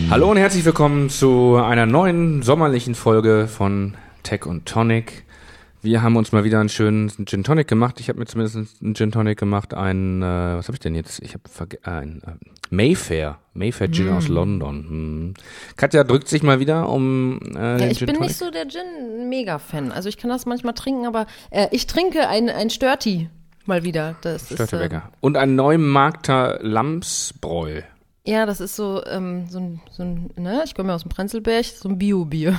Hallo und herzlich willkommen zu einer neuen sommerlichen Folge von Tech und Tonic. Wir haben uns mal wieder einen schönen Gin Tonic gemacht. Ich habe mir zumindest einen Gin Tonic gemacht. Was habe ich denn jetzt? Ich habe ein Mayfair Gin aus London. Katja drückt sich mal wieder um ich Gin bin Tonic. Nicht so der Gin-Mega-Fan. Also ich kann das manchmal trinken, aber ich trinke ein Störti mal wieder. Das ist und ein Neumarkter Lamsbräu. Ja, das ist so ein ich komme ja aus dem Prenzlberg, so ein Bio-Bier.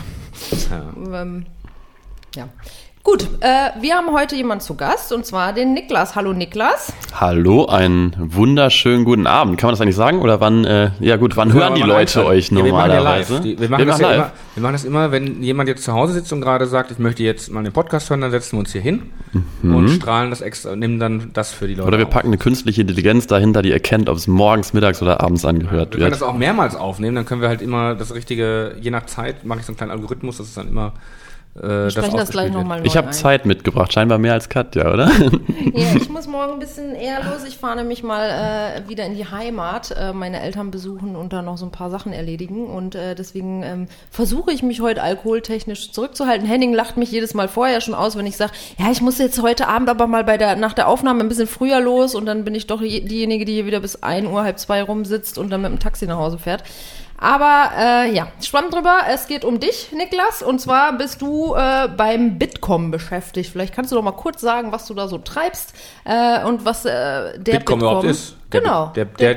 Ja. Gut, wir haben heute jemanden zu Gast, und zwar den Niklas. Hallo Niklas. Hallo, einen wunderschönen guten Abend. Kann man das eigentlich sagen? Oder wann hören die Leute euch normalerweise? Wir machen das immer, wenn jemand jetzt zu Hause sitzt und gerade sagt, ich möchte jetzt mal den Podcast hören, dann setzen wir uns hier hin und strahlen das extra, nehmen dann das für die Leute. Oder wir packen eine künstliche Intelligenz dahinter, die erkennt, ob es morgens, mittags oder abends angehört wird. Wir können das auch mehrmals aufnehmen, dann können wir halt immer das Richtige, je nach Zeit mache ich so einen kleinen Algorithmus, das ist dann immer wir sprechen das gleich nochmal neu. Ich habe Zeit mitgebracht, scheinbar mehr als Katja, oder? Ja, ich muss morgen ein bisschen eher los. Ich fahre nämlich mal wieder in die Heimat, meine Eltern besuchen und dann noch so ein paar Sachen erledigen. Und deswegen versuche ich mich heute alkoholtechnisch zurückzuhalten. Henning lacht mich jedes Mal vorher schon aus, wenn ich sage, ja, ich muss jetzt heute Abend aber mal nach der Aufnahme ein bisschen früher los. Und dann bin ich doch diejenige, die hier wieder bis 1 Uhr, halb 2 rumsitzt und dann mit dem Taxi nach Hause fährt. Aber schwamm drüber, es geht um dich, Niklas, und zwar bist du beim Bitkom beschäftigt. Vielleicht kannst du doch mal kurz sagen, was du da so treibst und was der Bitkom überhaupt ist. Genau.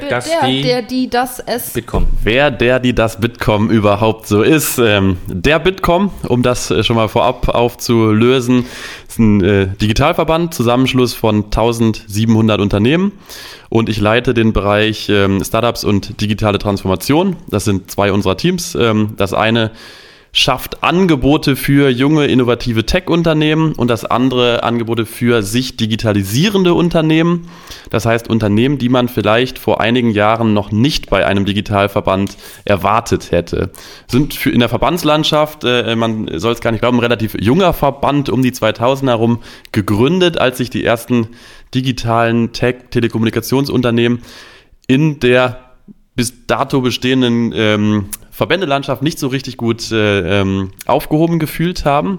Bitkom. Wer, das Bitkom überhaupt so ist. Der Bitkom, um das schon mal vorab aufzulösen, ist ein Digitalverband, Zusammenschluss von 1700 Unternehmen. Und ich leite den Bereich Startups und digitale Transformation. Das sind 2 unserer Teams. Das eine schafft Angebote für junge, innovative Tech-Unternehmen und das andere Angebote für sich digitalisierende Unternehmen. Das heißt Unternehmen, die man vielleicht vor einigen Jahren noch nicht bei einem Digitalverband erwartet hätte. Sind in der Verbandslandschaft, man soll es gar nicht glauben, ein relativ junger Verband, um die 2000 herum gegründet, als sich die ersten digitalen Tech-Telekommunikationsunternehmen in der bis dato bestehenden Verbändelandschaft nicht so richtig gut aufgehoben gefühlt haben,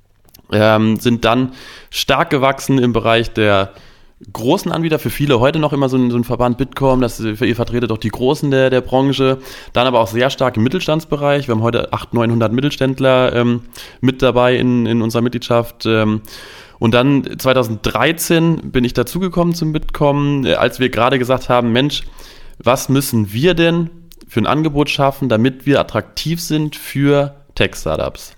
sind dann stark gewachsen im Bereich der großen Anbieter, für viele heute noch immer so ein Verband Bitkom, ihr vertretet doch die Großen der Branche, dann aber auch sehr stark im Mittelstandsbereich. Wir haben heute 800-900 Mittelständler mit dabei in unserer Mitgliedschaft. Und dann 2013 bin ich dazugekommen zum Bitkom, als wir gerade gesagt haben, Mensch, was müssen wir denn für ein Angebot schaffen, damit wir attraktiv sind für Tech-Startups?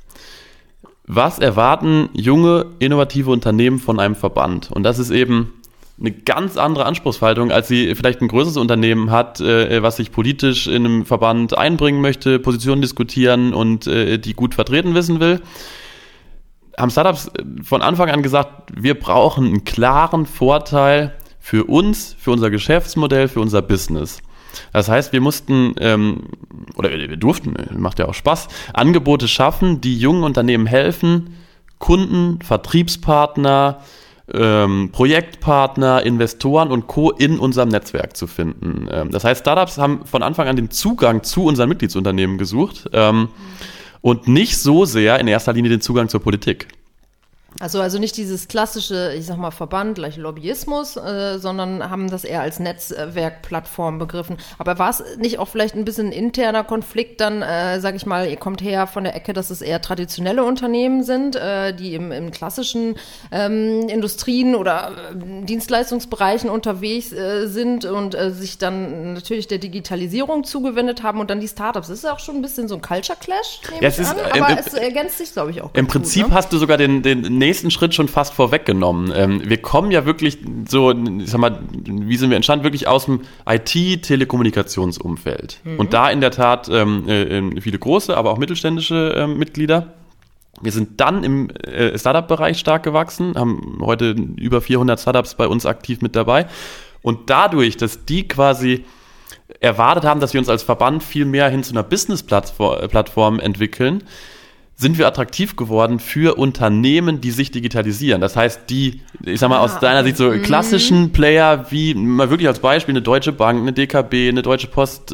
Was erwarten junge, innovative Unternehmen von einem Verband? Und das ist eben eine ganz andere Anspruchshaltung, als sie vielleicht ein größeres Unternehmen hat, was sich politisch in einem Verband einbringen möchte, Positionen diskutieren und die gut vertreten wissen will. Haben Startups von Anfang an gesagt, wir brauchen einen klaren Vorteil für uns, für unser Geschäftsmodell, für unser Business. Das heißt, wir mussten, wir durften, macht ja auch Spaß, Angebote schaffen, die jungen Unternehmen helfen, Kunden, Vertriebspartner, Projektpartner, Investoren und Co. in unserem Netzwerk zu finden. Das heißt, Startups haben von Anfang an den Zugang zu unseren Mitgliedsunternehmen gesucht und nicht so sehr in erster Linie den Zugang zur Politik. Also nicht dieses klassische, ich sag mal, Verband, gleich Lobbyismus, sondern haben das eher als Netzwerkplattform begriffen. Aber war es nicht auch vielleicht ein bisschen ein interner Konflikt dann, sag ich mal, ihr kommt her von der Ecke, dass es eher traditionelle Unternehmen sind, die im klassischen Industrien oder Dienstleistungsbereichen unterwegs sind und sich dann natürlich der Digitalisierung zugewendet haben und dann die Startups. Das ist auch schon ein bisschen so ein Culture Clash, nehme ich an, aber es ergänzt sich, glaube ich, auch ganz im Prinzip gut, ne? Hast du sogar den nächsten Schritt schon fast vorweggenommen. Wir kommen ja wirklich so, ich sag mal, wie sind wir entstanden? Wirklich aus dem IT-Telekommunikationsumfeld. Und da in der Tat viele große, aber auch mittelständische Mitglieder. Wir sind dann im Startup-Bereich stark gewachsen, haben heute über 400 Startups bei uns aktiv mit dabei. Und dadurch, dass die quasi erwartet haben, dass wir uns als Verband viel mehr hin zu einer Business-Plattform entwickeln, sind wir attraktiv geworden für Unternehmen, die sich digitalisieren. Das heißt, die, ich sag mal, aus deiner Sicht so klassischen Player wie, mal wirklich als Beispiel, eine Deutsche Bank, eine DKB, eine Deutsche Post,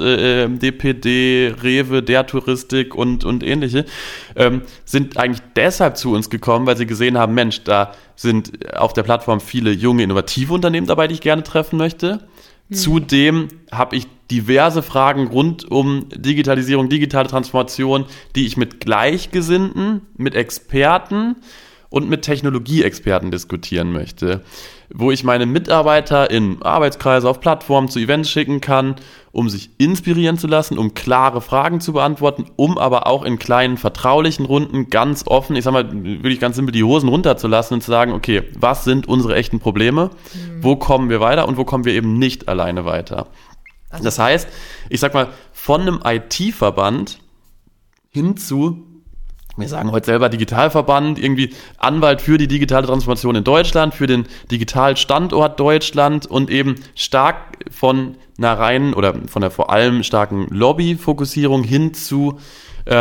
DPD, Rewe, der Touristik und ähnliche, sind eigentlich deshalb zu uns gekommen, weil sie gesehen haben, Mensch, da sind auf der Plattform viele junge, innovative Unternehmen dabei, die ich gerne treffen möchte. Zudem habe ich diverse Fragen rund um Digitalisierung, digitale Transformation, die ich mit Gleichgesinnten, mit Experten und mit Technologieexperten diskutieren möchte, wo ich meine Mitarbeiter in Arbeitskreise, auf Plattformen, zu Events schicken kann, um sich inspirieren zu lassen, um klare Fragen zu beantworten, um aber auch in kleinen, vertraulichen Runden ganz offen, ich sag mal, wirklich ganz simpel die Hosen runterzulassen und zu sagen, okay, was sind unsere echten Probleme, wo kommen wir weiter und wo kommen wir eben nicht alleine weiter. Also, das heißt, ich sag mal, von einem IT-Verband hin zu, wir sagen heute selber Digitalverband, irgendwie Anwalt für die digitale Transformation in Deutschland, für den Digitalstandort Deutschland und eben stark von einer reinen oder von der vor allem starken Lobbyfokussierung hin zu so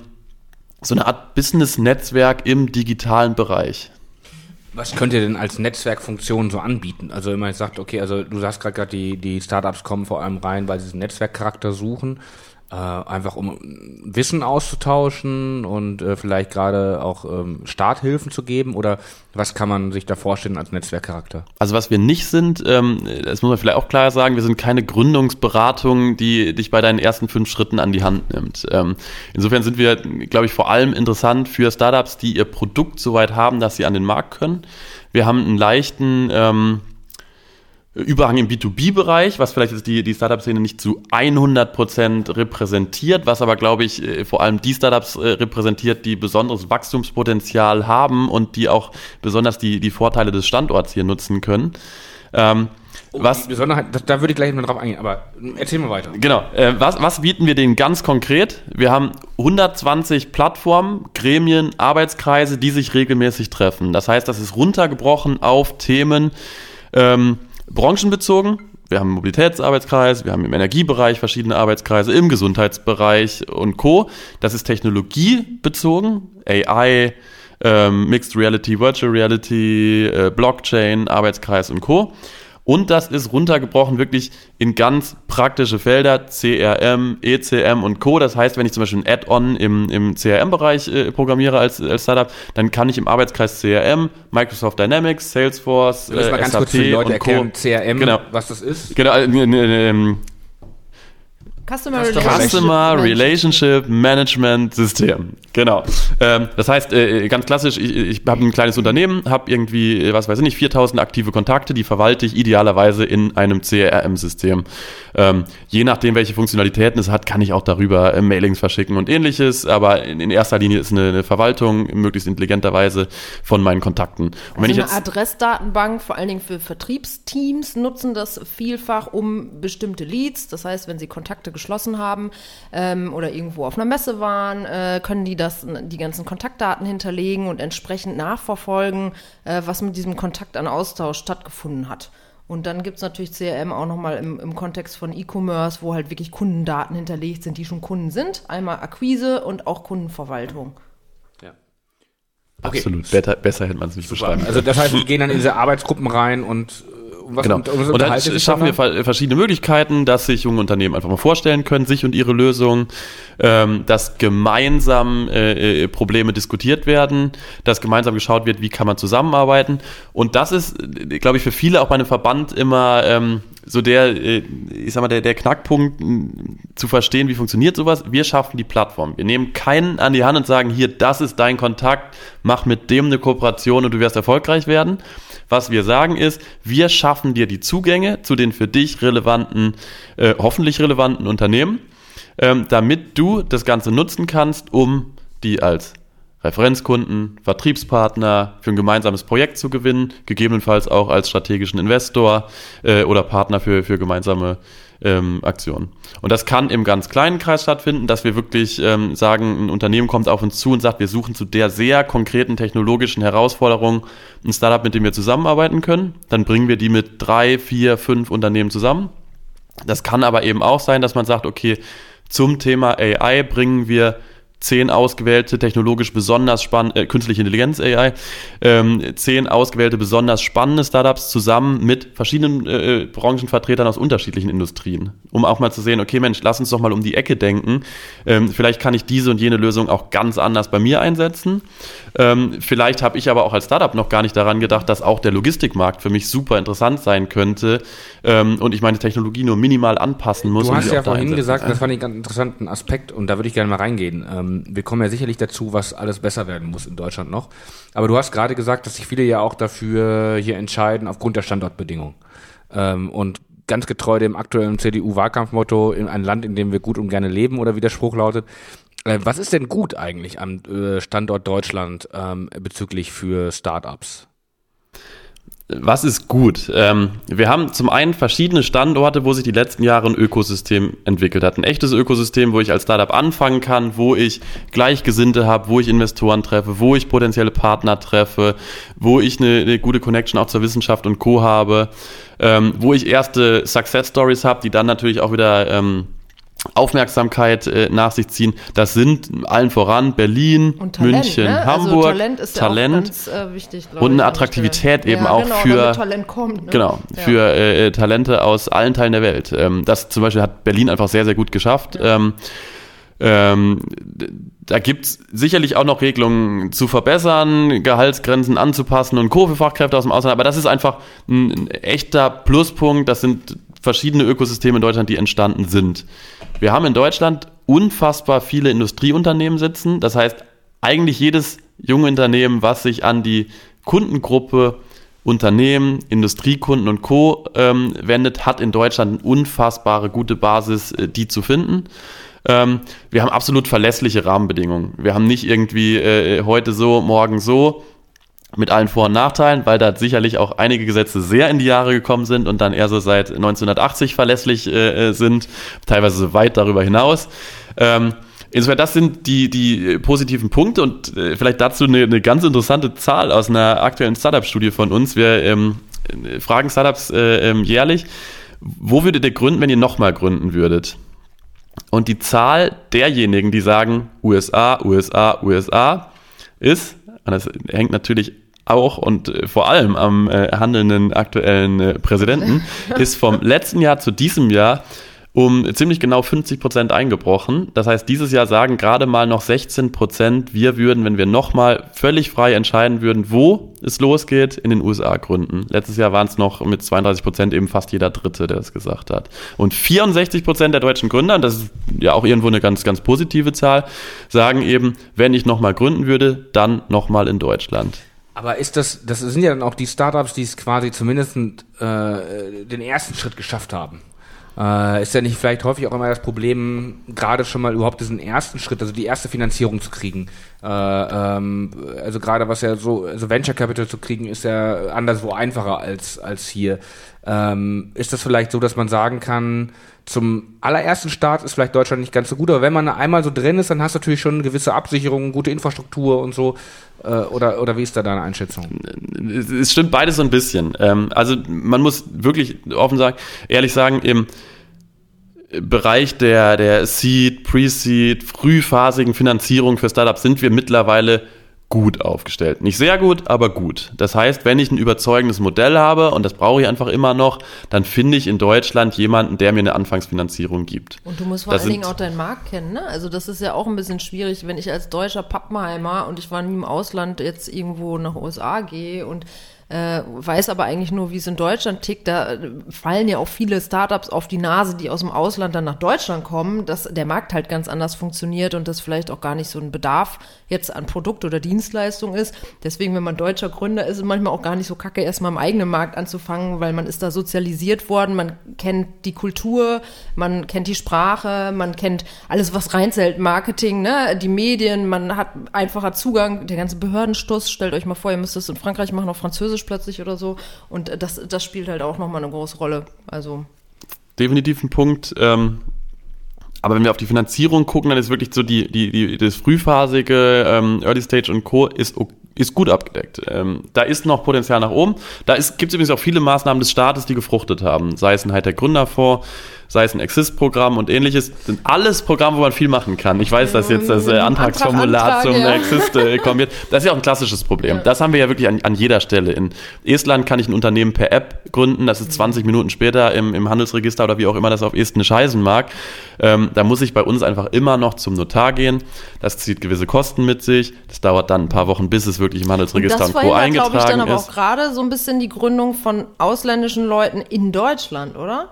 eine Art Business-Netzwerk im digitalen Bereich. Was könnt ihr denn als Netzwerkfunktion so anbieten? Also wenn man jetzt sagt, okay, also du sagst gerade, die Startups kommen vor allem rein, weil sie diesen Netzwerkcharakter suchen, einfach um Wissen auszutauschen und vielleicht gerade auch Starthilfen zu geben, oder was kann man sich da vorstellen als Netzwerkcharakter? Also was wir nicht sind, das muss man vielleicht auch klar sagen, wir sind keine Gründungsberatung, die dich bei deinen ersten 5 Schritten an die Hand nimmt. Insofern sind wir, glaube ich, vor allem interessant für Startups, die ihr Produkt so weit haben, dass sie an den Markt können. Wir haben einen leichten Überhang im B2B-Bereich, was vielleicht jetzt die Startup-Szene nicht zu 100% repräsentiert, was aber, glaube ich, vor allem die Startups repräsentiert, die besonderes Wachstumspotenzial haben und die auch besonders die Vorteile des Standorts hier nutzen können. Was Besonderheit, da würde ich gleich mal drauf eingehen, aber erzähl mal weiter. Genau, was bieten wir denen ganz konkret? Wir haben 120 Plattformen, Gremien, Arbeitskreise, die sich regelmäßig treffen. Das heißt, das ist runtergebrochen auf Themen, branchenbezogen. Wir haben einen Mobilitätsarbeitskreis, wir haben im Energiebereich verschiedene Arbeitskreise, im Gesundheitsbereich und Co. Das ist technologiebezogen, AI, Mixed Reality, Virtual Reality, Blockchain, Arbeitskreis und Co. Und das ist runtergebrochen wirklich in ganz praktische Felder, CRM, ECM und Co. Das heißt, wenn ich zum Beispiel ein Add-on im CRM-Bereich programmiere als Startup, dann kann ich im Arbeitskreis CRM, Microsoft Dynamics, Salesforce, SAP mal ganz kurz für die Leute erklären, CRM, genau, was das ist. Genau, Customer Relationship Management System. Genau. Das heißt, ganz klassisch, ich habe ein kleines Unternehmen, habe irgendwie, was weiß ich nicht, 4000 aktive Kontakte, die verwalte ich idealerweise in einem CRM-System. Je nachdem, welche Funktionalitäten es hat, kann ich auch darüber Mailings verschicken und ähnliches, aber in erster Linie ist eine Verwaltung möglichst intelligenterweise von meinen Kontakten. Und also wenn ich jetzt Adressdatenbank, vor allen Dingen für Vertriebsteams, nutzen das vielfach um bestimmte Leads. Das heißt, wenn sie Kontakte geschlossen haben oder irgendwo auf einer Messe waren, können die die ganzen Kontaktdaten hinterlegen und entsprechend nachverfolgen, was mit diesem Kontakt an Austausch stattgefunden hat. Und dann gibt es natürlich CRM auch nochmal im Kontext von E-Commerce, wo halt wirklich Kundendaten hinterlegt sind, die schon Kunden sind. Einmal Akquise und auch Kundenverwaltung. Ja. Okay. Absolut, besser hätte man es nicht beschreiben. Also das heißt, wir gehen dann in diese Arbeitsgruppen rein und genau. Und dann schaffen wir verschiedene Möglichkeiten, dass sich junge Unternehmen einfach mal vorstellen können, sich und ihre Lösungen, dass gemeinsam Probleme diskutiert werden, dass gemeinsam geschaut wird, wie kann man zusammenarbeiten. Und das ist, glaube ich, für viele auch bei einem Verband immer so der Knackpunkt, zu verstehen, wie funktioniert sowas. Wir schaffen die Plattform. Wir nehmen keinen an die Hand und sagen, hier, das ist dein Kontakt, mach mit dem eine Kooperation und du wirst erfolgreich werden. Was wir sagen ist, wir schaffen dir die Zugänge zu den für dich relevanten, hoffentlich relevanten Unternehmen, damit du das Ganze nutzen kannst, um die als Referenzkunden, Vertriebspartner für ein gemeinsames Projekt zu gewinnen, gegebenenfalls auch als strategischen Investor oder Partner für gemeinsame Aktionen. Und das kann im ganz kleinen Kreis stattfinden, dass wir wirklich sagen, ein Unternehmen kommt auf uns zu und sagt, wir suchen zu der sehr konkreten technologischen Herausforderung ein Startup, mit dem wir zusammenarbeiten können. Dann bringen wir die mit 3, 4, 5 Unternehmen zusammen. Das kann aber eben auch sein, dass man sagt, okay, zum Thema AI bringen wir 10 ausgewählte technologisch besonders spannende, künstliche Intelligenz AI, 10 ausgewählte besonders spannende Startups zusammen mit verschiedenen Branchenvertretern aus unterschiedlichen Industrien, um auch mal zu sehen, okay Mensch, lass uns doch mal um die Ecke denken, vielleicht kann ich diese und jene Lösung auch ganz anders bei mir einsetzen, vielleicht habe ich aber auch als Startup noch gar nicht daran gedacht, dass auch der Logistikmarkt für mich super interessant sein könnte und ich meine Technologie nur minimal anpassen muss. Du hast ja vorhin gesagt, das fand ich einen ganz interessanten Aspekt und da würde ich gerne mal reingehen. Wir kommen ja sicherlich dazu, was alles besser werden muss in Deutschland noch. Aber du hast gerade gesagt, dass sich viele ja auch dafür hier entscheiden aufgrund der Standortbedingungen. Und ganz getreu dem aktuellen CDU-Wahlkampfmotto, in ein Land, in dem wir gut und gerne leben, oder wie der Spruch lautet. Was ist denn gut eigentlich am Standort Deutschland bezüglich für Startups? Was ist gut? Wir haben zum einen verschiedene Standorte, wo sich die letzten Jahre ein Ökosystem entwickelt hat. Ein echtes Ökosystem, wo ich als Startup anfangen kann, wo ich Gleichgesinnte habe, wo ich Investoren treffe, wo ich potenzielle Partner treffe, wo ich eine gute Connection auch zur Wissenschaft und Co. habe, wo ich erste Success Stories habe, die dann natürlich auch wieder Aufmerksamkeit nach sich ziehen. Das sind allen voran Berlin, und Talent, München, ne? Hamburg. Also Talent ist Talent ja auch ganz wichtig, glaube ich. Und eine Attraktivität eben auch für Talent kommt, ne? Genau, für Talente aus allen Teilen der Welt. Das zum Beispiel hat Berlin einfach sehr, sehr gut geschafft. Ja. Da gibt's sicherlich auch noch Regelungen zu verbessern, Gehaltsgrenzen anzupassen und Co. für Fachkräfte aus dem Ausland. Aber das ist einfach ein echter Pluspunkt. Das sind verschiedene Ökosysteme in Deutschland, die entstanden sind. Wir haben in Deutschland unfassbar viele Industrieunternehmen sitzen. Das heißt, eigentlich jedes junge Unternehmen, was sich an die Kundengruppe Unternehmen, Industriekunden und Co. Wendet, hat in Deutschland eine unfassbare gute Basis, die zu finden. Wir haben absolut verlässliche Rahmenbedingungen. Wir haben nicht irgendwie heute so, morgen so, mit allen Vor- und Nachteilen, weil da sicherlich auch einige Gesetze sehr in die Jahre gekommen sind und dann eher so seit 1980 verlässlich sind, teilweise so weit darüber hinaus. Insofern, das sind die positiven Punkte und vielleicht dazu eine ganz interessante Zahl aus einer aktuellen Startup-Studie von uns. Wir fragen Startups jährlich, wo würdet ihr gründen, wenn ihr nochmal gründen würdet? Und die Zahl derjenigen, die sagen USA, USA, USA, ist, und das hängt natürlich auch und vor allem am handelnden aktuellen Präsidenten, ist vom letzten Jahr zu diesem Jahr um ziemlich genau 50% eingebrochen. Das heißt, dieses Jahr sagen gerade mal noch 16%, wir würden, wenn wir nochmal völlig frei entscheiden würden, wo es losgeht, in den USA gründen. Letztes Jahr waren es noch mit 32% eben fast jeder Dritte, der das gesagt hat. Und 64% der deutschen Gründer, das ist ja auch irgendwo eine ganz, ganz positive Zahl, sagen eben, wenn ich nochmal gründen würde, dann nochmal in Deutschland. Aber ist das sind ja dann auch die Startups, die es quasi zumindest den ersten Schritt geschafft haben. Ist ja nicht vielleicht häufig auch immer das Problem, gerade schon mal überhaupt diesen ersten Schritt, also die erste Finanzierung zu kriegen. Also gerade was ja so Venture Capital zu kriegen, ist ja anderswo einfacher als hier. Ist das vielleicht so, dass man sagen kann, zum allerersten Start ist vielleicht Deutschland nicht ganz so gut, aber wenn man einmal so drin ist, dann hast du natürlich schon eine gewisse Absicherung, gute Infrastruktur und so. Oder wie ist da deine Einschätzung? Es stimmt beides so ein bisschen. Also man muss wirklich ehrlich sagen, im Bereich der Seed, Pre-Seed, frühphasigen Finanzierung für Startups sind wir mittlerweile gut aufgestellt. Nicht sehr gut, aber gut. Das heißt, wenn ich ein überzeugendes Modell habe, und das brauche ich einfach immer noch, dann finde ich in Deutschland jemanden, der mir eine Anfangsfinanzierung gibt. Und du musst vor allen Dingen auch deinen Markt kennen, ne? Also das ist ja auch ein bisschen schwierig, wenn ich als deutscher Pappenheimer und ich war nie im Ausland jetzt irgendwo nach USA gehe und weiß aber eigentlich nur, wie es in Deutschland tickt. Da fallen ja auch viele Startups auf die Nase, die aus dem Ausland dann nach Deutschland kommen, dass der Markt halt ganz anders funktioniert und das vielleicht auch gar nicht so ein Bedarf jetzt an Produkt oder Dienstleistung ist. Deswegen, wenn man deutscher Gründer ist, ist manchmal auch gar nicht so kacke, erstmal im eigenen Markt anzufangen, weil man ist da sozialisiert worden, man kennt die Kultur, man kennt die Sprache, man kennt alles, was reinzählt, Marketing, ne, die Medien, man hat einfacher Zugang, der ganze Behördenstuss. Stellt euch mal vor, ihr müsst das in Frankreich machen, auf Französisch plötzlich oder so. Und das spielt halt auch nochmal eine große Rolle. Also definitiv ein Punkt. Aber wenn wir auf die Finanzierung gucken, dann ist wirklich so das frühphasige Early Stage und Co. ist ist gut abgedeckt. Da ist noch Potenzial nach oben. Gibt es übrigens auch viele Maßnahmen des Staates, die gefruchtet haben. Sei es ein Hightech-Gründerfonds, sei es ein Exist-Programm und ähnliches. Das sind alles Programme, wo man viel machen kann. Ich weiß, dass jetzt das Antragsformular zum Exist kommen wird. Das ist ja auch ein klassisches Problem. Das haben wir ja wirklich an jeder Stelle. In Estland kann ich ein Unternehmen per App gründen. Das ist 20 Minuten später im Handelsregister oder wie auch immer das auf Estnisch heißen mag. Da muss ich bei uns einfach immer noch zum Notar gehen. Das zieht gewisse Kosten mit sich. Das dauert dann ein paar Wochen, bis es wirklich im Handelsregister und Co. eingetragen ist. Das glaube ich dann aber auch gerade so ein bisschen die Gründung von ausländischen Leuten in Deutschland, oder?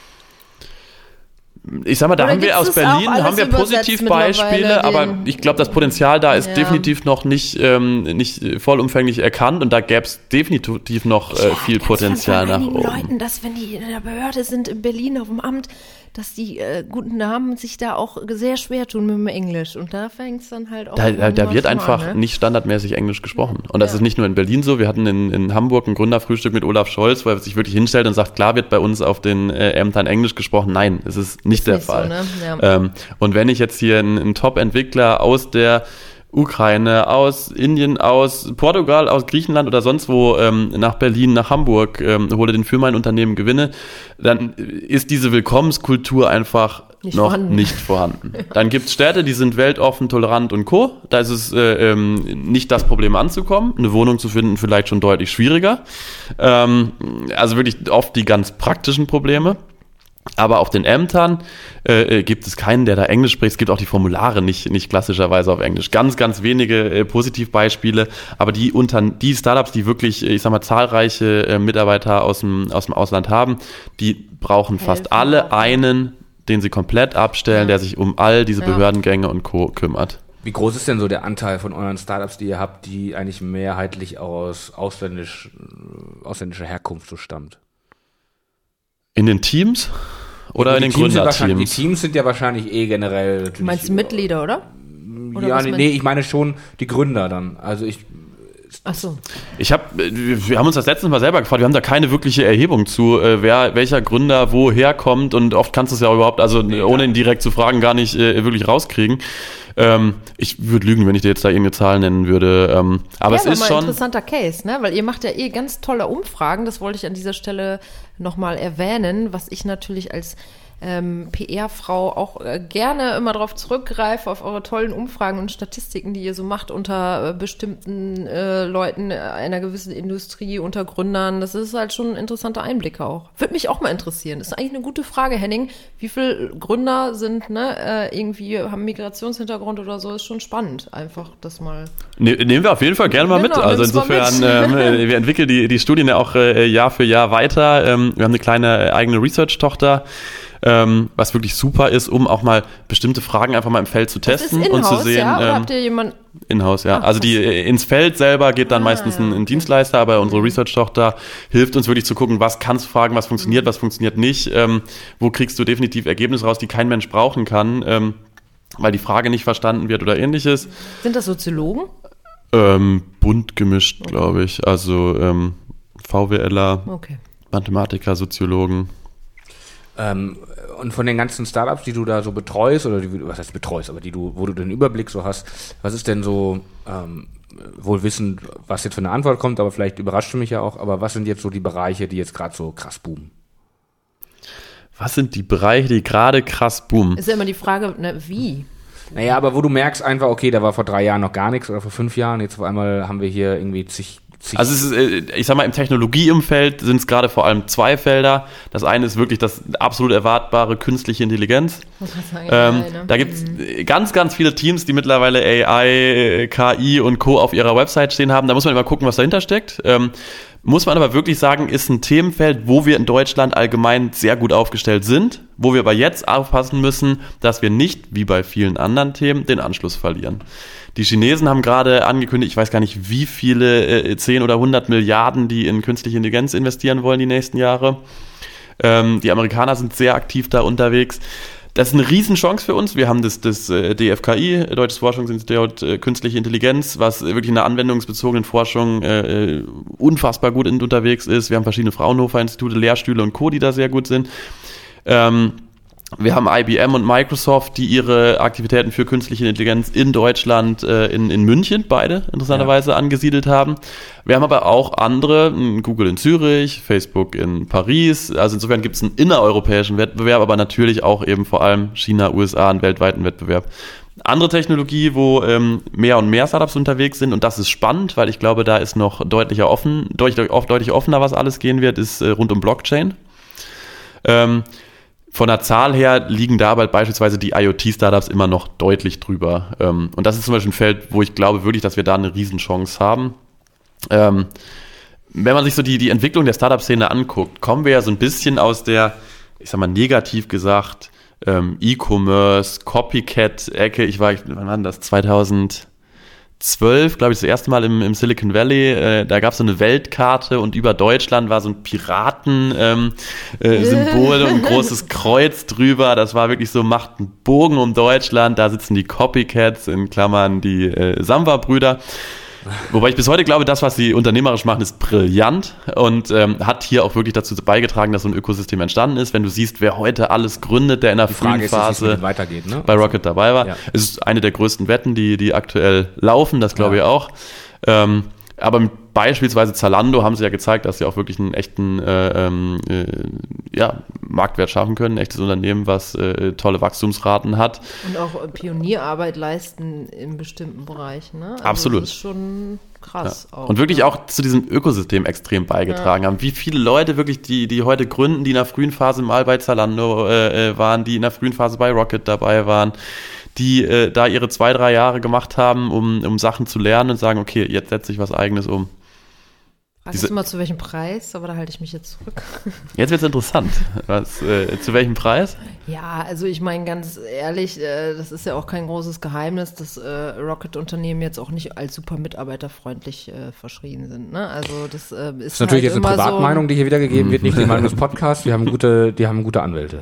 Ich sag mal, da haben wir aus Berlin Positivbeispiele, aber ich glaube, das Potenzial da ist definitiv noch nicht vollumfänglich erkannt und da gäbe es definitiv noch viel Potenzial nach oben. Leuten, dass wenn die in der Behörde sind in Berlin auf dem Amt, dass die guten Namen sich da auch sehr schwer tun mit dem Englisch und da fängt es dann halt auch Da wird einfach nicht standardmäßig Englisch gesprochen und das ist nicht nur in Berlin so, wir hatten in Hamburg ein Gründerfrühstück mit Olaf Scholz, wo er sich wirklich hinstellt und sagt, klar wird bei uns auf den Ämtern Englisch gesprochen, nein, es ist nicht der Fall. So, ne? Ja. Und wenn ich jetzt hier einen Top-Entwickler aus der Ukraine, aus Indien, aus Portugal, aus Griechenland oder sonst wo nach Berlin, nach Hamburg hole, den für mein Unternehmen gewinne, dann ist diese Willkommenskultur einfach nicht vorhanden. Dann gibt es Städte, die sind weltoffen, tolerant und Co. Da ist es nicht das Problem anzukommen. Eine Wohnung zu finden vielleicht schon deutlich schwieriger. Also wirklich oft die ganz praktischen Probleme. Aber auf den Ämtern gibt es keinen, der da Englisch spricht. Es gibt auch die Formulare nicht klassischerweise auf Englisch. Ganz, ganz wenige Positivbeispiele. Aber die Startups, die wirklich, ich sag mal, zahlreiche Mitarbeiter aus dem Ausland haben, die brauchen fast alle einen, den sie komplett abstellen, der sich um all diese Behördengänge und Co. kümmert. Wie groß ist denn so der Anteil von euren Startups, die ihr habt, die eigentlich mehrheitlich aus ausländischer Herkunft so stammt? In den Teams oder in den Gründerteams? Die Teams sind ja wahrscheinlich generell... Du meinst Mitglieder, oder? Ich meine schon die Gründer dann. Also Ach so. Wir haben uns das letztes Mal selber gefragt, wir haben da keine wirkliche Erhebung zu, welcher Gründer woher kommt und oft kannst du es ja überhaupt, ohne ihn direkt zu fragen, gar nicht wirklich rauskriegen. Ich würde lügen, wenn ich dir jetzt da irgendeine Zahl nennen würde. Aber es ist schon ein interessanter Case, ne? Weil ihr macht ja ganz tolle Umfragen, das wollte ich an dieser Stelle nochmal erwähnen, was ich natürlich als PR-Frau auch gerne immer darauf zurückgreife, auf eure tollen Umfragen und Statistiken, die ihr so macht unter bestimmten Leuten einer gewissen Industrie, unter Gründern. Das ist halt schon ein interessanter Einblick auch. Würde mich auch mal interessieren. Das ist eigentlich eine gute Frage, Henning. Wie viele Gründer sind, irgendwie haben Migrationshintergrund oder so? Ist schon spannend, einfach das mal. Nehmen wir auf jeden Fall gerne mal mit. Also insofern, wir entwickeln die Studien ja auch Jahr für Jahr weiter. Wir haben eine kleine eigene Research-Tochter, was wirklich super ist, um auch mal bestimmte Fragen einfach mal im Feld zu testen und zu sehen. Ja? Oder habt ihr jemanden? In-house, ja. Also ins Feld selber geht dann meistens ein Dienstleister, aber unsere Research-Tochter hilft uns wirklich zu gucken, was kannst du fragen, was funktioniert nicht, wo kriegst du definitiv Ergebnisse raus, die kein Mensch brauchen kann, weil die Frage nicht verstanden wird oder ähnliches. Sind das Soziologen? Bunt gemischt, glaube ich. Also VWLer, Mathematiker, Soziologen. Und von den ganzen Startups, die du da so betreust, oder was heißt betreust, aber wo du den Überblick so hast, was ist denn so, wohl wissen, was jetzt für eine Antwort kommt, aber vielleicht überrascht du mich ja auch, aber was sind jetzt so die Bereiche, die jetzt gerade so krass boomen? Was sind die Bereiche, die gerade krass boomen? Ist ja immer die Frage, wie? Naja, aber wo du merkst einfach, okay, da war vor 3 Jahren noch gar nichts oder vor 5 Jahren, jetzt auf einmal haben wir hier irgendwie zig. Also es ist, ich sag mal, im Technologieumfeld sind es gerade vor allem 2 Felder. Das eine ist wirklich das absolut erwartbare künstliche Intelligenz. Da gibt es ganz, ganz viele Teams, die mittlerweile AI, KI und Co. auf ihrer Website stehen haben. Da muss man immer gucken, was dahinter steckt. Muss man aber wirklich sagen, ist ein Themenfeld, wo wir in Deutschland allgemein sehr gut aufgestellt sind, wo wir aber jetzt aufpassen müssen, dass wir nicht, wie bei vielen anderen Themen, den Anschluss verlieren. Die Chinesen haben gerade angekündigt, ich weiß gar nicht, wie viele 10 oder 100 Milliarden die in künstliche Intelligenz investieren wollen die nächsten Jahre. Die Amerikaner sind sehr aktiv da unterwegs. Das ist eine Riesenchance für uns. Wir haben das DFKI, Deutsches Forschungsinstitut Künstliche Intelligenz, was wirklich in der anwendungsbezogenen Forschung unfassbar gut unterwegs ist. Wir haben verschiedene Fraunhofer-Institute, Lehrstühle und Co., die da sehr gut sind. Wir haben IBM und Microsoft, die ihre Aktivitäten für künstliche Intelligenz in Deutschland, in München beide interessanterweise angesiedelt haben. Wir haben aber auch andere, Google in Zürich, Facebook in Paris. Also insofern gibt es einen innereuropäischen Wettbewerb, aber natürlich auch eben vor allem China, USA, einen weltweiten Wettbewerb. Andere Technologie, wo mehr und mehr Startups unterwegs sind, und das ist spannend, weil ich glaube, da ist noch deutlich offener, was alles gehen wird, ist rund um Blockchain. Von der Zahl her liegen da aber beispielsweise die IoT-Startups immer noch deutlich drüber. Und das ist zum Beispiel ein Feld, wo ich glaube wirklich, dass wir da eine Riesenchance haben. Wenn man sich so die Entwicklung der Startup-Szene anguckt, kommen wir ja so ein bisschen aus der, ich sag mal negativ gesagt, E-Commerce, Copycat-Ecke. Wann war das? 2012, glaube ich, das erste Mal im Silicon Valley. Da gab es so eine Weltkarte und über Deutschland war so ein Piraten-Symbol und ein großes Kreuz drüber. Das war wirklich so, macht einen Bogen um Deutschland. Da sitzen die Copycats, in Klammern die Samba-Brüder. Wobei ich bis heute glaube, das, was sie unternehmerisch machen, ist brillant und hat hier auch wirklich dazu beigetragen, dass so ein Ökosystem entstanden ist. Wenn du siehst, wer heute alles gründet, der in der frühen Phase weitergeht, ne? bei Rocket dabei war. Ja. Es ist eine der größten Wetten, die aktuell laufen, das glaube ich auch. Aber mit beispielsweise Zalando haben sie ja gezeigt, dass sie auch wirklich einen echten Marktwert schaffen können, ein echtes Unternehmen, was tolle Wachstumsraten hat. Und auch Pionierarbeit leisten in bestimmten Bereichen. Ne? Also absolut. Das ist schon krass. Ja. Auch, und wirklich auch zu diesem Ökosystem extrem beigetragen haben. Wie viele Leute wirklich, die heute gründen, die in der frühen Phase mal bei Zalando waren, die in der frühen Phase bei Rocket dabei waren, die da ihre 2-3 Jahre gemacht haben, um Sachen zu lernen und sagen, okay, jetzt setze ich was Eigenes um. Fragst du mal, zu welchem Preis? Aber da halte ich mich jetzt zurück. Jetzt wird es interessant. Zu welchem Preis? Ja, also ich meine ganz ehrlich, das ist ja auch kein großes Geheimnis, dass Rocket-Unternehmen jetzt auch nicht als super mitarbeiterfreundlich verschrien sind. Ne? Also das ist natürlich halt jetzt eine Privatmeinung, die hier wiedergegeben wird, nicht die Meinung des Podcasts. Die haben gute Anwälte.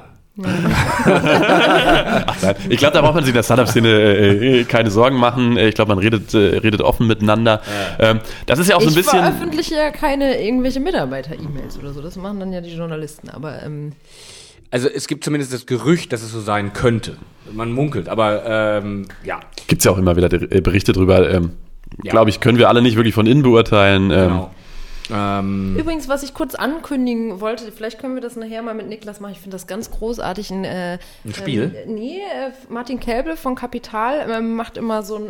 Ich glaube, da braucht man sich in der Startup-Szene keine Sorgen machen. Ich glaube, man redet offen miteinander. Das ist ja auch so ein bisschen. Ich veröffentliche ja keine irgendwelche Mitarbeiter-E-Mails oder so. Das machen dann ja die Journalisten. Aber also es gibt zumindest das Gerücht, dass es so sein könnte. Man munkelt, aber ja. Gibt's ja auch immer wieder Berichte drüber. Glaube ich, können wir alle nicht wirklich von innen beurteilen. Genau. Übrigens, was ich kurz ankündigen wollte, vielleicht können wir das nachher mal mit Niklas machen. Ich finde das ganz großartig. Ein Spiel? Martin Kälble von Kapital macht immer so ein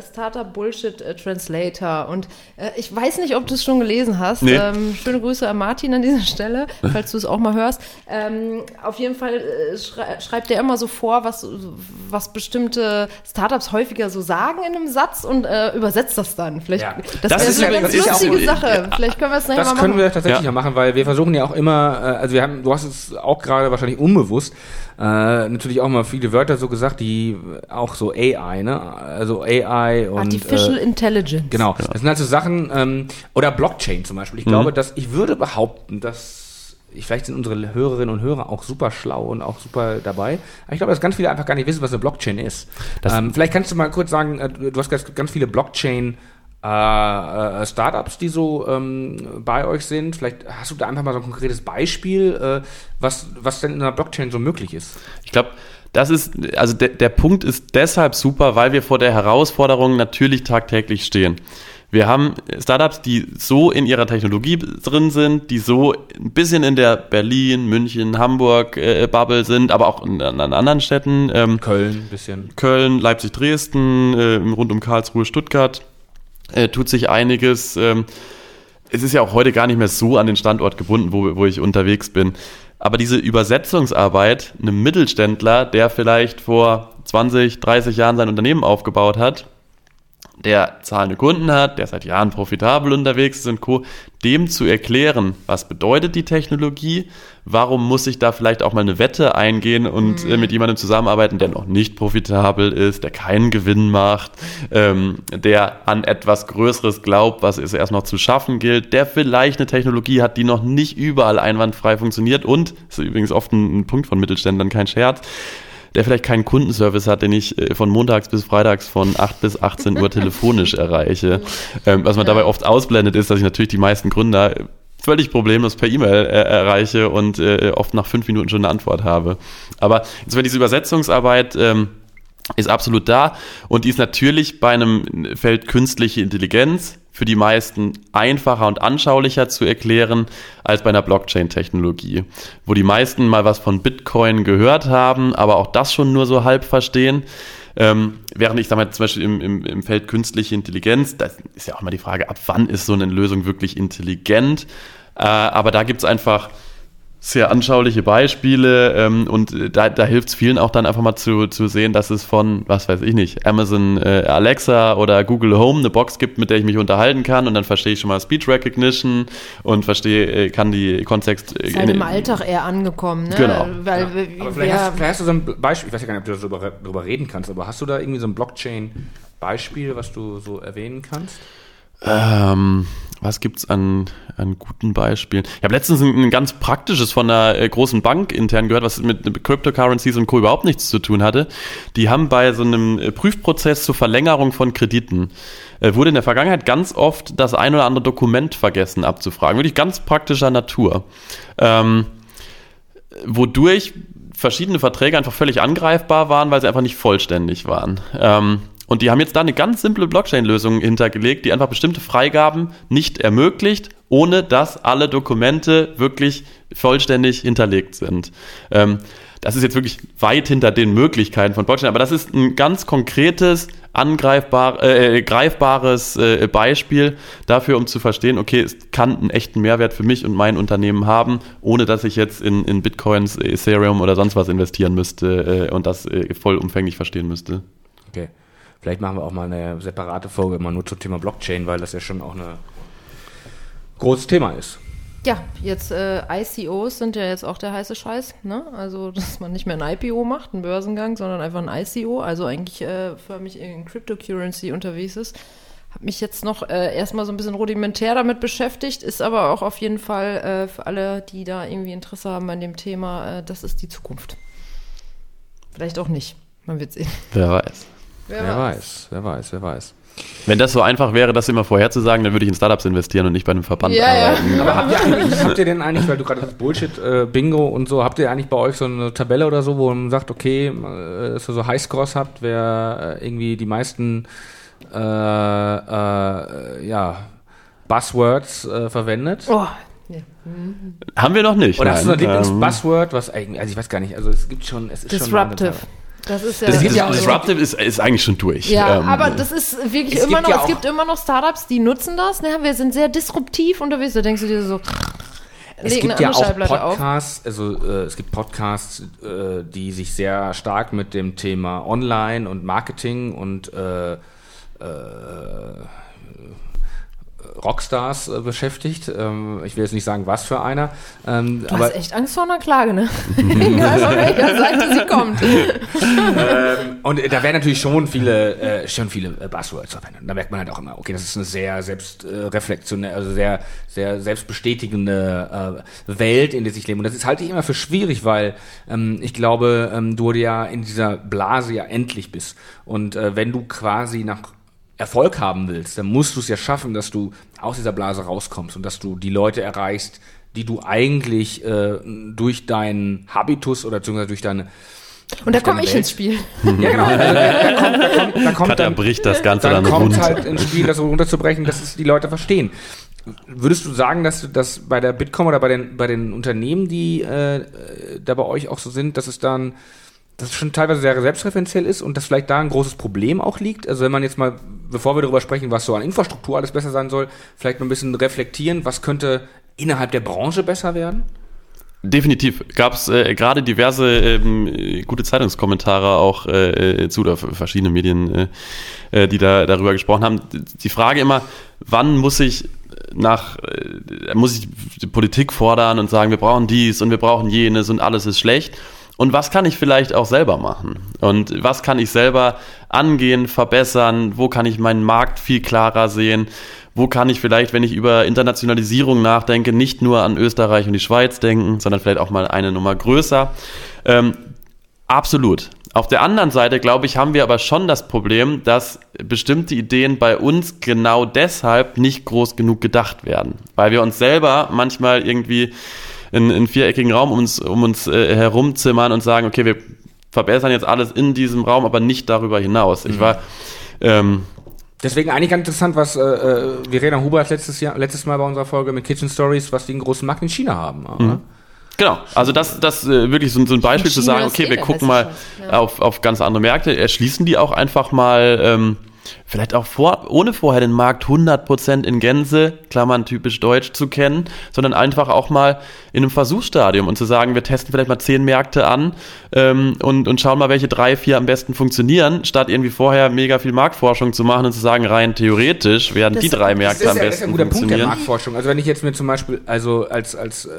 Startup-Bullshit-Translator. Und ich weiß nicht, ob du es schon gelesen hast. Nee. Schöne Grüße an Martin an dieser Stelle, falls du es auch mal hörst. Auf jeden Fall schreibt er immer so vor, was bestimmte Startups häufiger so sagen in einem Satz und übersetzt das dann. Vielleicht, das ist eine ganz lustige Sache. Ja. Vielleicht können wir es nachher mal machen. Das können wir tatsächlich noch machen, weil wir versuchen ja auch immer, also du hast es auch gerade wahrscheinlich unbewusst, natürlich auch mal viele Wörter so gesagt, die auch so AI, ne? Also AI und Artificial Intelligence. Genau. Das sind halt so Sachen, oder Blockchain zum Beispiel. Ich glaube, ich würde behaupten, dass vielleicht sind unsere Hörerinnen und Hörer auch super schlau und auch super dabei. Aber ich glaube, dass ganz viele einfach gar nicht wissen, was eine Blockchain ist. Vielleicht kannst du mal kurz sagen, du hast ganz viele Blockchain Startups, die so bei euch sind. Vielleicht hast du da einfach mal so ein konkretes Beispiel, was denn in einer Blockchain so möglich ist. Ich glaube, der Punkt ist deshalb super, weil wir vor der Herausforderung natürlich tagtäglich stehen. Wir haben Startups, die so in ihrer Technologie drin sind, die so ein bisschen in der Berlin, München, Hamburg Bubble sind, aber auch in anderen Städten. Köln, ein bisschen. Köln, Leipzig, Dresden, rund um Karlsruhe, Stuttgart. Tut sich einiges. Es ist ja auch heute gar nicht mehr so an den Standort gebunden, wo ich unterwegs bin. Aber diese Übersetzungsarbeit, einem Mittelständler, der vielleicht vor 20, 30 Jahren sein Unternehmen aufgebaut hat, der zahlende Kunden hat, der seit Jahren profitabel unterwegs ist und Co., dem zu erklären, was bedeutet die Technologie, warum muss ich da vielleicht auch mal eine Wette eingehen und mit jemandem zusammenarbeiten, der noch nicht profitabel ist, der keinen Gewinn macht, der an etwas Größeres glaubt, was es erst noch zu schaffen gilt, der vielleicht eine Technologie hat, die noch nicht überall einwandfrei funktioniert und, das ist übrigens oft ein Punkt von Mittelständlern, kein Scherz, der vielleicht keinen Kundenservice hat, den ich von montags bis freitags von 8 bis 18 Uhr telefonisch erreiche. Was man dabei oft ausblendet, ist, dass sich natürlich die meisten Gründer völlig problemlos per E-Mail erreiche und oft nach 5 Minuten schon eine Antwort habe. Aber jetzt diese Übersetzungsarbeit ist absolut da und die ist natürlich bei einem Feld künstliche Intelligenz für die meisten einfacher und anschaulicher zu erklären als bei einer Blockchain-Technologie, wo die meisten mal was von Bitcoin gehört haben, aber auch das schon nur so halb verstehen. Während ich, sag mal, zum Beispiel im Feld künstliche Intelligenz, da ist ja auch mal die Frage, ab wann ist so eine Lösung wirklich intelligent? Aber da gibt's einfach sehr anschauliche Beispiele und da hilft es vielen auch dann einfach mal zu sehen, dass es von, was weiß ich nicht, Amazon Alexa oder Google Home eine Box gibt, mit der ich mich unterhalten kann und dann verstehe ich schon mal Speech Recognition und kann die Kontext... Ist halt im Alltag eher angekommen, ne? Genau. Weil aber vielleicht hast du so ein Beispiel, ich weiß ja gar nicht, ob du darüber reden kannst, aber hast du da irgendwie so ein Blockchain-Beispiel, was du so erwähnen kannst? Was gibt's an guten Beispielen? Ich habe letztens ein ganz praktisches von einer großen Bank intern gehört, was mit Cryptocurrencies und Co. überhaupt nichts zu tun hatte. Die haben bei so einem Prüfprozess zur Verlängerung von Krediten wurde in der Vergangenheit ganz oft das ein oder andere Dokument vergessen abzufragen. Wirklich ganz praktischer Natur. Wodurch verschiedene Verträge einfach völlig angreifbar waren, weil sie einfach nicht vollständig waren. Und die haben jetzt da eine ganz simple Blockchain-Lösung hintergelegt, die einfach bestimmte Freigaben nicht ermöglicht, ohne dass alle Dokumente wirklich vollständig hinterlegt sind. Das ist jetzt wirklich weit hinter den Möglichkeiten von Blockchain, aber das ist ein ganz konkretes, greifbares Beispiel dafür, um zu verstehen, okay, es kann einen echten Mehrwert für mich und mein Unternehmen haben, ohne dass ich jetzt in Bitcoins, Ethereum oder sonst was investieren müsste und das vollumfänglich verstehen müsste. Okay. Vielleicht machen wir auch mal eine separate Folge immer nur zum Thema Blockchain, weil das ja schon auch ein großes Thema ist. Ja, jetzt ICOs sind ja jetzt auch der heiße Scheiß, ne? Also, dass man nicht mehr ein IPO macht, einen Börsengang, sondern einfach ein ICO, also eigentlich förmlich in Cryptocurrency unterwegs ist. Habe mich jetzt noch erstmal so ein bisschen rudimentär damit beschäftigt, ist aber auch auf jeden Fall für alle, die da irgendwie Interesse haben an dem Thema, das ist die Zukunft. Vielleicht auch nicht, man wird sehen. Wer weiß. Wer weiß. Wenn das so einfach wäre, das immer vorherzusagen, dann würde ich in Startups investieren und nicht bei einem Verband arbeiten. Aber habt ihr denn eigentlich, weil du gerade das Bullshit-Bingo und so, habt ihr eigentlich bei euch so eine Tabelle oder so, wo man sagt, okay, dass ihr so Highscores habt, wer irgendwie die meisten Buzzwords verwendet? Oh, ja. Haben wir noch nicht. Oder hast du so ein Lieblings-Buzzword, was eigentlich, also ich weiß gar nicht, also es ist Disruptive. schon... Das ist ja Disruptive ist eigentlich schon durch. Ja, aber das ist wirklich immer noch, es gibt immer noch Startups, die nutzen das, ne? Wir sind sehr disruptiv unterwegs, da denkst du dir so, es gibt ja auch Podcasts, es gibt Podcasts, die sich sehr stark mit dem Thema Online und Marketing und Rockstars beschäftigt. Ich will jetzt nicht sagen, was für einer. Du hast echt Angst vor einer Klage, ne? Egal von welcher Seite sie kommt. Und da werden natürlich schon viele Buzzwords verwendet. Da merkt man halt auch immer, okay, das ist eine sehr selbstreflexionäre, also sehr, sehr selbstbestätigende Welt, in der sich leben. Und das halte ich immer für schwierig, weil ich glaube, du ja in dieser Blase ja endlich bist. Und wenn du quasi nach Erfolg haben willst, dann musst du es ja schaffen, dass du aus dieser Blase rauskommst und dass du die Leute erreichst, die du eigentlich durch deinen Habitus oder beziehungsweise durch deine und da komme ich ins Spiel. Ja, genau. Also, da kommt dann bricht das Ganze dann kommt rund. Halt ins Spiel, das so runterzubrechen, dass es die Leute verstehen. Würdest du sagen, dass das bei der Bitkom oder bei den Unternehmen, die da bei euch auch so sind, dass es schon teilweise sehr selbstreferenziell ist und dass vielleicht da ein großes Problem auch liegt? Also wenn man jetzt mal, bevor wir darüber sprechen, was so an Infrastruktur alles besser sein soll, vielleicht noch ein bisschen reflektieren, was könnte innerhalb der Branche besser werden? Definitiv. Gab es gerade diverse gute Zeitungskommentare auch oder verschiedene Medien, die darüber gesprochen haben. Die Frage immer, wann muss ich die Politik fordern und sagen, wir brauchen dies und wir brauchen jenes und alles ist schlecht? Und was kann ich vielleicht auch selber machen? Und was kann ich selber angehen, verbessern? Wo kann ich meinen Markt viel klarer sehen? Wo kann ich vielleicht, wenn ich über Internationalisierung nachdenke, nicht nur an Österreich und die Schweiz denken, sondern vielleicht auch mal eine Nummer größer? Absolut. Auf der anderen Seite, glaube ich, haben wir aber schon das Problem, dass bestimmte Ideen bei uns genau deshalb nicht groß genug gedacht werden. Weil wir uns selber manchmal irgendwie in viereckigen Raum um uns herumzimmern und sagen, okay, wir verbessern jetzt alles in diesem Raum, aber nicht darüber hinaus. Ich war... Deswegen eigentlich ganz interessant, was Verena Huber letztes Mal bei unserer Folge mit Kitchen Stories, was die einen großen Markt in China haben. Mhm. Genau, also das wirklich so ein Beispiel zu sagen, okay, wir gucken mal auf ganz andere Märkte, erschließen die auch einfach mal vielleicht auch ohne vorher den Markt 100% in Gänze, Klammern typisch deutsch, zu kennen, sondern einfach auch mal in einem Versuchsstadium und zu sagen, wir testen vielleicht mal 10 Märkte an und schauen mal, welche 3, 4 am besten funktionieren, statt irgendwie vorher mega viel Marktforschung zu machen und zu sagen, rein theoretisch werden die 3 Märkte am besten funktionieren. Das ist ein guter Punkt der Marktforschung. Also wenn ich jetzt mir zum Beispiel, also als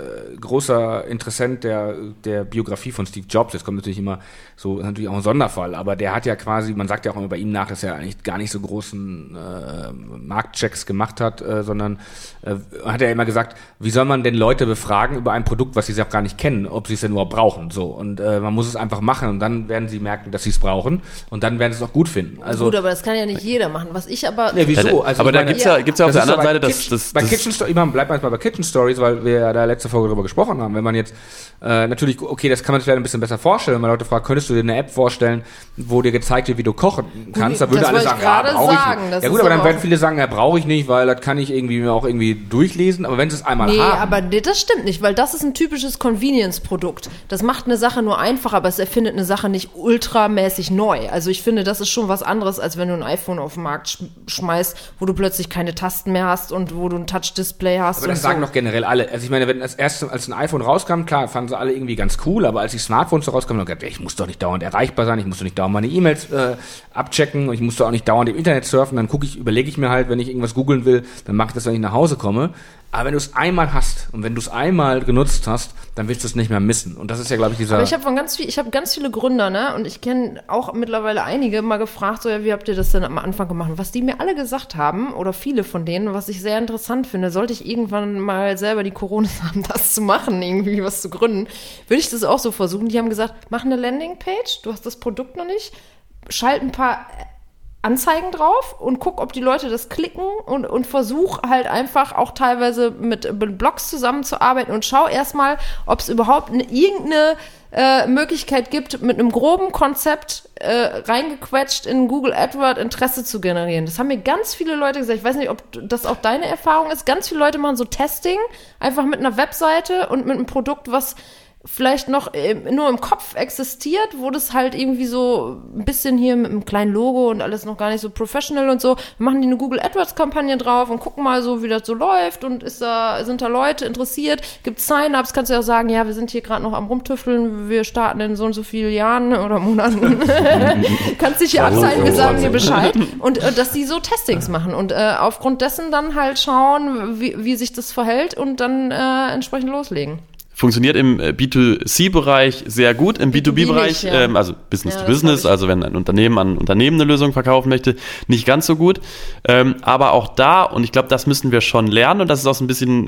großer Interessent der Biografie von Steve Jobs, jetzt kommt natürlich immer so, natürlich auch ein Sonderfall, aber der hat ja quasi, man sagt ja auch immer bei ihm nach, dass er eigentlich gar nicht so großen Marktchecks gemacht hat, sondern hat er immer gesagt, wie soll man denn Leute befragen über ein Produkt, was sie auch gar nicht kennen, ob sie es denn überhaupt brauchen, so. Und man muss es einfach machen und dann werden sie merken, dass sie es brauchen und dann werden sie es auch gut finden. Also, gut, aber das kann ja nicht jeder machen. Was ich aber... Ja, wieso? Also aber da gibt's ja auf der anderen Seite bei Kitchen Stories, bleibt man jetzt mal bei Kitchen Stories, weil wir ja da letzte Folge darüber gesprochen haben. Wenn man jetzt natürlich, okay, das kann man sich vielleicht ein bisschen besser vorstellen, wenn man Leute fragt, könntest du dir eine App vorstellen, wo dir gezeigt wird, wie du kochen kannst, da würde alle sagen, brauche ich nicht. Ja gut, aber dann werden viele sagen, brauche ich nicht, weil das kann ich mir auch irgendwie durchlesen, aber wenn sie es einmal haben. Nee, aber das stimmt nicht, weil das ist ein typisches Convenience-Produkt. Das macht eine Sache nur einfacher, aber es erfindet eine Sache nicht ultramäßig neu. Also ich finde, das ist schon was anderes, als wenn du ein iPhone auf den Markt schmeißt, wo du plötzlich keine Tasten mehr hast und wo du ein Touch-Display hast. Aber das sagen doch generell alle. Also ich meine, wenn als ein iPhone rauskam, klar, fanden sie alle irgendwie ganz cool, aber als die Smartphones so rauskamen, haben sie gesagt, ich muss doch nicht dauernd erreichbar sein, ich muss doch nicht dauernd meine E-Mails abchecken und ich muss doch auch nicht dauernd im Internet surfen, dann überlege ich mir halt, wenn ich irgendwas googeln will, dann mache ich das, wenn ich nach Hause komme. Aber wenn du es einmal hast und wenn du es einmal genutzt hast, dann willst du es nicht mehr missen. Und das ist ja, glaube ich, dieser... Aber ich habe ganz viele Gründer, ne? Und ich kenne auch mittlerweile einige, mal gefragt, so, ja, wie habt ihr das denn am Anfang gemacht? Und was die mir alle gesagt haben, oder viele von denen, was ich sehr interessant finde, sollte ich irgendwann mal selber die Coronas haben, das zu machen, irgendwie was zu gründen, würde ich das auch so versuchen. Die haben gesagt, mach eine Landingpage, du hast das Produkt noch nicht, schalt ein paar Anzeigen drauf und guck, ob die Leute das klicken und versuch halt einfach auch teilweise mit Blogs zusammenzuarbeiten und schau erstmal, ob es überhaupt irgendeine Möglichkeit gibt, mit einem groben Konzept reingequetscht in Google AdWords Interesse zu generieren. Das haben mir ganz viele Leute gesagt. Ich weiß nicht, ob das auch deine Erfahrung ist. Ganz viele Leute machen so Testing, einfach mit einer Webseite und mit einem Produkt, was vielleicht noch nur im Kopf existiert, wo das halt irgendwie so ein bisschen hier mit einem kleinen Logo und alles noch gar nicht so professional und so, machen die eine Google AdWords-Kampagne drauf und gucken mal so, wie das so läuft und sind da Leute interessiert, gibt es Sign-ups, kannst du ja auch sagen, ja, wir sind hier gerade noch am Rumtüfteln, wir starten in so und so vielen Jahren oder Monaten. Kannst dich hier abzeigen, wir sagen dir Bescheid. Und dass die so Testings machen und aufgrund dessen dann halt schauen, wie sich das verhält und dann entsprechend loslegen. Funktioniert im B2C-Bereich sehr gut, im B2B-Bereich, ja. Also Business to Business, also wenn ein Unternehmen an Unternehmen eine Lösung verkaufen möchte, nicht ganz so gut. Aber auch da, und ich glaube, das müssen wir schon lernen, und das ist auch so ein bisschen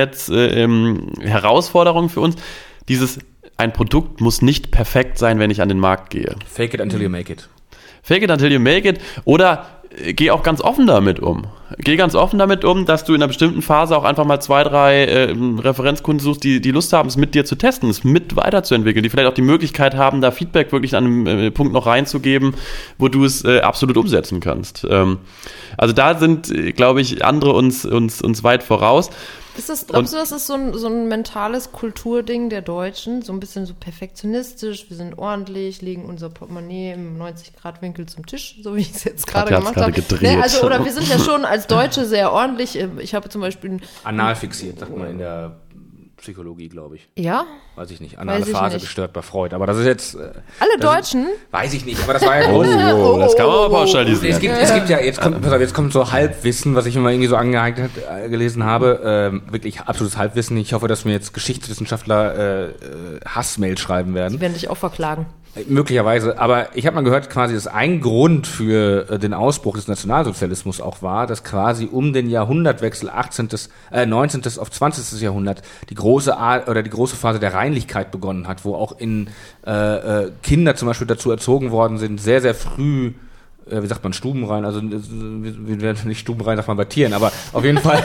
Mentalitäts-Herausforderung für uns, ein Produkt muss nicht perfekt sein, wenn ich an den Markt gehe. Fake it until you make it. Fake it until you make it, oder geh auch ganz offen damit um. Geh ganz offen damit um, dass du in einer bestimmten Phase auch einfach mal 2, 3 Referenzkunden suchst, die Lust haben, es mit dir zu testen, es mit weiterzuentwickeln, die vielleicht auch die Möglichkeit haben, da Feedback wirklich an einem Punkt noch reinzugeben, wo du es absolut umsetzen kannst. Also da sind, glaube ich, andere uns weit voraus. Glaubst du, das ist so ein mentales Kulturding der Deutschen? So ein bisschen so perfektionistisch, wir sind ordentlich, legen unser Portemonnaie im 90-Grad-Winkel zum Tisch, so wie ich es jetzt gerade gemacht habe. Nee, oder wir sind ja schon als Deutsche sehr ordentlich. Ich habe zum Beispiel... Anal fixiert, sagt man in der Psychologie, glaube ich. Ja? Weiß ich nicht. Anale Phase gestört bei Freud. Aber das ist jetzt... Alle Deutschen? Weiß ich nicht, aber das war ja groß. Das kann man aber pauschalisieren. Es gibt ja, jetzt kommt so Halbwissen, was ich immer irgendwie so gelesen habe. Wirklich absolutes Halbwissen. Ich hoffe, dass mir jetzt Geschichtswissenschaftler Hassmail schreiben werden. Die werden dich auch verklagen. Möglicherweise, aber ich habe mal gehört, quasi, dass ein Grund für den Ausbruch des Nationalsozialismus auch war, dass quasi um den Jahrhundertwechsel 19. auf 20. Jahrhundert die große Phase der Reinlichkeit begonnen hat, wo auch Kinder zum Beispiel dazu erzogen worden sind, sehr, sehr früh, wie sagt man, stubenrein, also nicht stubenrein, sagt man bei Tieren, aber auf jeden Fall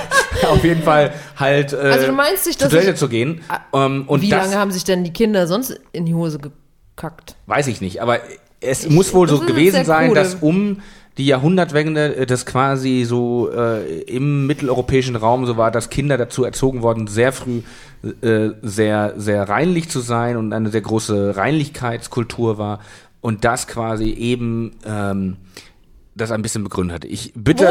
halt also du meinst nicht, zur Toilette zu gehen. Und wie lange haben sich denn die Kinder sonst in die Hose gekackt? Weiß ich nicht, aber es muss wohl so gewesen sein, dass um die Jahrhundertwende das quasi so im mitteleuropäischen Raum so war, dass Kinder dazu erzogen worden, sehr früh sehr, sehr reinlich zu sein und eine sehr große Reinlichkeitskultur war. Und das quasi eben das ein bisschen begründet hat. Ich bitte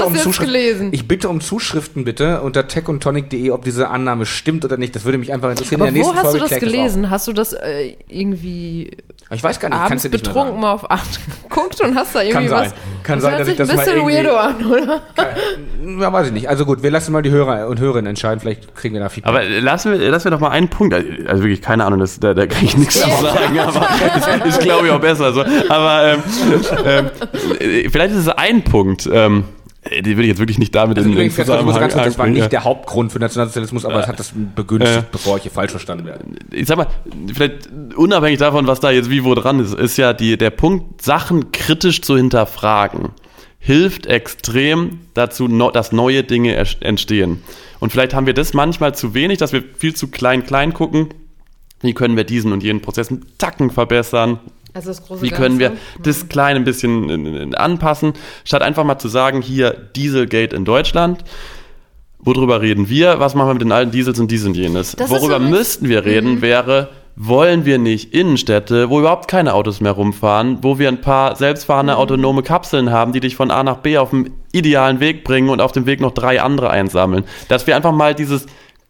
um Zuschriften bitte unter techundtonic.de, ob diese Annahme stimmt oder nicht. Das würde mich einfach interessieren. Aber wo hast du das gelesen? Hast du das irgendwie ich weiß gar nicht, abends kannst du nicht betrunken mal auf 8 geguckt und hast da irgendwie was? Kann sein, dass ich das mal irgendwie... ein bisschen weirdo an, oder? Ja, weiß ich nicht. Also gut, wir lassen mal die Hörer und Hörerinnen entscheiden. Vielleicht kriegen wir da Feedback. Aber lassen wir doch mal einen Punkt. Also wirklich, keine Ahnung, da kann ich nichts zu sagen. Aber das ist, glaube ich, auch besser so. Aber vielleicht ist es ein Punkt, die will ich jetzt wirklich nicht damit in Zusammenhang sagen. Das war nicht der Hauptgrund für Nationalsozialismus, aber es hat das begünstigt, bevor ich hier falsch verstanden werde. Ich sag mal, vielleicht unabhängig davon, was da jetzt wie wo dran ist ja der Punkt, Sachen kritisch zu hinterfragen, hilft extrem dazu, dass neue Dinge entstehen. Und vielleicht haben wir das manchmal zu wenig, dass wir viel zu klein gucken. Wie können wir diesen und jenen Prozess einen Tacken verbessern? Also das große Wie können wir das Kleine ein bisschen anpassen, statt einfach mal zu sagen, hier Dieselgate in Deutschland, worüber reden wir, was machen wir mit den alten Diesels und dies und jenes. Worüber müssten wir reden, wäre, wollen wir nicht Innenstädte, wo überhaupt keine Autos mehr rumfahren, wo wir ein paar selbstfahrende autonome Kapseln haben, die dich von A nach B auf dem idealen Weg bringen und auf dem Weg noch 3 andere einsammeln. Dass wir einfach mal dieses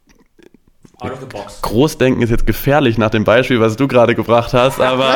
Out of the box. Großdenken ist jetzt gefährlich nach dem Beispiel, was du gerade gebracht hast, aber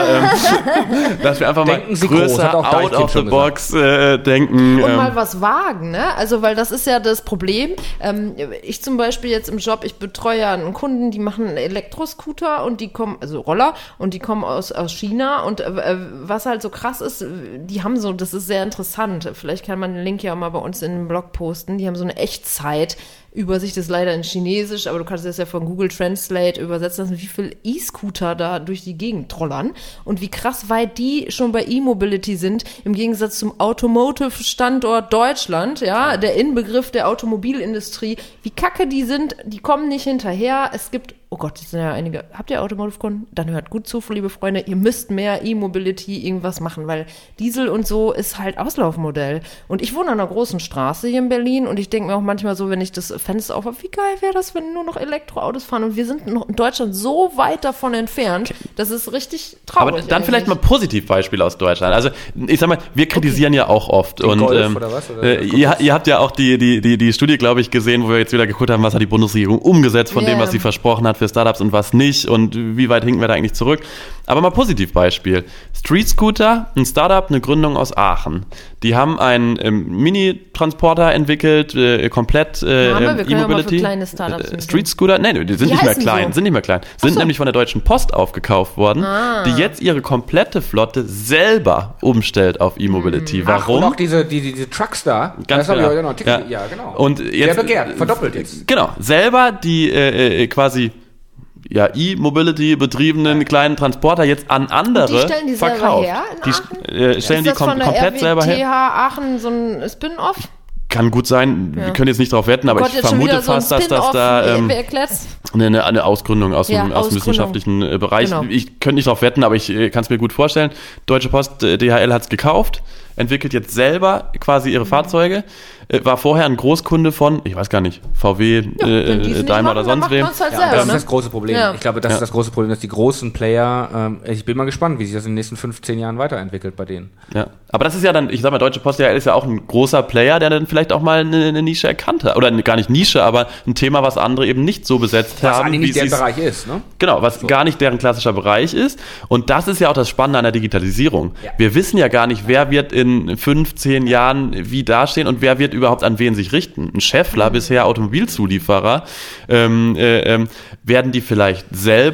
dass wir einfach mal größer out of the box denken. Und mal was wagen, ne? Also, weil das ist ja das Problem. Ich zum Beispiel jetzt im Job, ich betreue ja einen Kunden, die machen Elektroscooter und die kommen, also Roller, und die kommen aus China und was halt so krass ist, die haben so, das ist sehr interessant, vielleicht kann man den Link ja auch mal bei uns in den Blog posten, die haben so eine Echtzeit-Übersicht, das ist leider in Chinesisch, aber du kannst das ja von Google Translate übersetzen lassen, wie viel E-Scooter da durch die Gegend trollern und wie krass weit die schon bei E-Mobility sind, im Gegensatz zum Automotive-Standort Deutschland, ja, der Inbegriff der Automobilindustrie, wie kacke die sind, die kommen nicht hinterher, es gibt, oh Gott, das sind ja einige, habt ihr Automotive-Kunden? Dann hört gut zu, liebe Freunde, ihr müsst mehr E-Mobility irgendwas machen, weil Diesel und so ist halt Auslaufmodell. Und ich wohne an einer großen Straße hier in Berlin und ich denke mir auch manchmal so, wenn ich das Fenster aufhabe, wie geil wäre das, wenn nur noch Elektroautos fahren und wir sind noch in Deutschland so weit davon entfernt, das ist richtig traurig. Aber dann vielleicht mal Positivbeispiele aus Deutschland. Also ich sag mal, wir kritisieren ja auch oft. Und Golf oder was? Oder ihr habt ja auch die Studie, glaube ich, gesehen, wo wir jetzt wieder geguckt haben, was hat die Bundesregierung umgesetzt von dem, was sie versprochen hat für Startups und was nicht und wie weit hinken wir da eigentlich zurück. Aber mal Positivbeispiel. Street Scooter, ein Startup, eine Gründung aus Aachen. Die haben einen Mini-Transporter entwickelt, komplett E-Mobility. Ja für kleine Startups Street Scooter, nein, die sind nicht mehr klein, sind nämlich von der Deutschen Post aufgekauft worden, die jetzt ihre komplette Flotte selber umstellt auf E-Mobility. Warum? Und auch diese Trucks da. Ganz genau. Ja, genau. Und jetzt, sehr begehrt, verdoppelt jetzt. Genau, selber die quasi E-Mobility betriebenen kleinen Transporter jetzt an andere die stellen die verkauft. Selber her in Aachen? Die stellen die komplett selber her. Aachen so ein Spin-off? Kann gut sein, wir können jetzt nicht drauf wetten, aber ich vermute fast, dass das da eine Ausgründung aus dem wissenschaftlichen Bereich, ich könnte nicht drauf wetten, aber ich kann es mir gut vorstellen. Deutsche Post, DHL hat es gekauft, entwickelt jetzt selber quasi ihre Fahrzeuge, war vorher ein Großkunde von, ich weiß gar nicht, VW, Daimler oder sonst wem. Halt das ist das große Problem. Ja. Ich glaube, das ist das große Problem, dass die großen Player, ich bin mal gespannt, wie sich das in den nächsten 15 Jahren weiterentwickelt bei denen. Ja, aber das ist ja dann, ich sag mal, Deutsche Post DHL ist ja auch ein großer Player, der dann vielleicht auch mal eine Nische erkannt hat. Oder gar nicht Nische, aber ein Thema, was andere eben nicht so besetzt haben. Was eigentlich nicht deren Bereich ist, ne? Genau, was gar nicht deren klassischer Bereich ist. Und das ist ja auch das Spannende an der Digitalisierung. Ja. Wir wissen ja gar nicht, wer wird in 15 Jahren wie dastehen und wer wird überhaupt an wen sich richten. Ein Schaeffler, bisher Automobilzulieferer, werden die vielleicht selber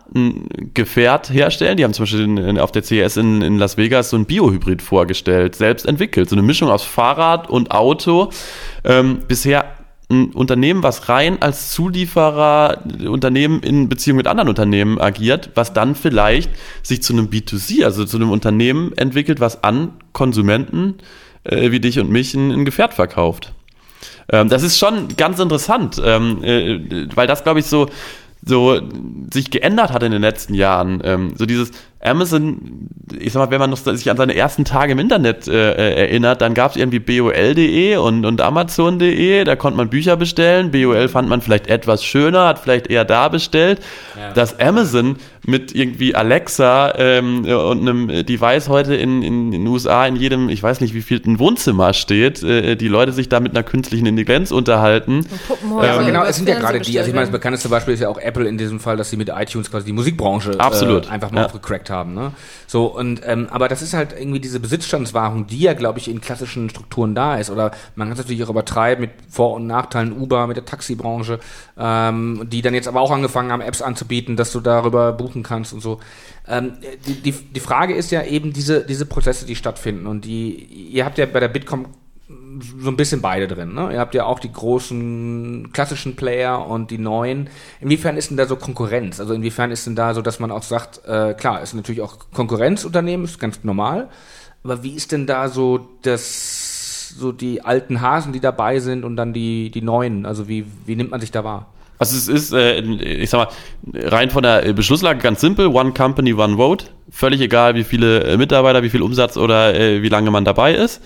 ein Gefährt herstellen. Die haben zum Beispiel auf der CES in Las Vegas so ein Biohybrid vorgestellt, selbst entwickelt. So eine Mischung aus Fahrrad und Auto. Bisher ein Unternehmen, was rein als Zulieferer-Unternehmen in Beziehung mit anderen Unternehmen agiert, was dann vielleicht sich zu einem B2C, also zu einem Unternehmen entwickelt, was an Konsumenten wie dich und mich ein Gefährt verkauft. Das ist schon ganz interessant, weil das, glaube ich, so sich geändert hat in den letzten Jahren. So dieses Amazon, ich sag mal, wenn man noch sich an seine ersten Tage im Internet erinnert, dann gab es irgendwie bol.de und Amazon.de, da konnte man Bücher bestellen. BOL fand man vielleicht etwas schöner, hat vielleicht eher da bestellt. Ja. Dass Amazon mit irgendwie Alexa und einem Device heute in den USA in jedem, ich weiß nicht wie viel, ein Wohnzimmer steht, die Leute sich da mit einer künstlichen Intelligenz unterhalten. Ja, genau, es sind ja gerade die, also ich meine, das bekannteste Beispiel ist ja auch Apple in diesem Fall, dass sie mit iTunes quasi die Musikbranche einfach mal aufgecrackt haben, ne? So, und aber das ist halt irgendwie diese Besitzstandswahrung, die ja, glaube ich, in klassischen Strukturen da ist. Oder man kann es natürlich auch übertreiben mit Vor- und Nachteilen, Uber, mit der Taxibranche, die dann jetzt aber auch angefangen haben, Apps anzubieten, dass du darüber buchen kannst und so. Die Frage ist ja eben diese Prozesse, die stattfinden. Und ihr habt ja bei der Bitkom so ein bisschen beide drin, ne? Ihr habt ja auch die großen klassischen Player und die neuen. Inwiefern ist denn da so Konkurrenz? Also inwiefern ist denn da so, dass man auch sagt, klar, ist natürlich auch Konkurrenzunternehmen, ist ganz normal, aber wie ist denn da so die alten Hasen, die dabei sind und dann die neuen? Also wie nimmt man sich da wahr? Also es ist, ich sag mal, rein von der Beschlusslage ganz simpel, One Company, One Vote. Völlig egal, wie viele Mitarbeiter, wie viel Umsatz oder wie lange man dabei ist.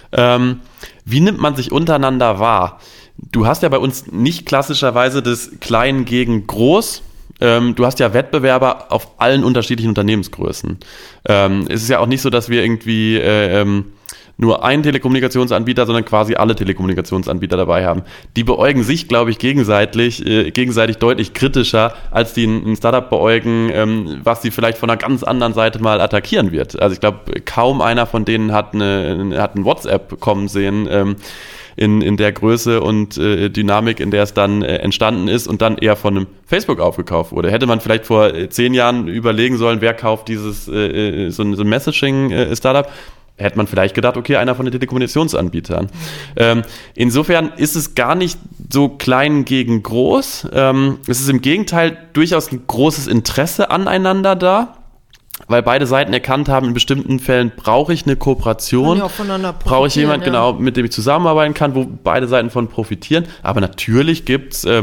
Wie nimmt man sich untereinander wahr? Du hast ja bei uns nicht klassischerweise das Klein gegen Groß. Du hast ja Wettbewerber auf allen unterschiedlichen Unternehmensgrößen. Es ist ja auch nicht so, dass wir irgendwie nur einen Telekommunikationsanbieter, sondern quasi alle Telekommunikationsanbieter dabei haben. Die beäugen sich, glaube ich, gegenseitig deutlich kritischer, als die ein Startup beäugen, was sie vielleicht von einer ganz anderen Seite mal attackieren wird. Also ich glaube, kaum einer von denen hat ein WhatsApp kommen sehen, in der Größe und Dynamik, in der es dann entstanden ist und dann eher von einem Facebook aufgekauft wurde. Hätte man vielleicht vor 10 Jahren überlegen sollen, wer kauft dieses so ein Messaging-Startup, hätte man vielleicht gedacht, okay, einer von den Telekommunikationsanbietern. Insofern ist es gar nicht so klein gegen groß. Es ist im Gegenteil durchaus ein großes Interesse aneinander da, weil beide Seiten erkannt haben, in bestimmten Fällen brauche ich eine Kooperation, brauche ich jemanden, genau, mit dem ich zusammenarbeiten kann, wo beide Seiten von profitieren. Aber natürlich gibt es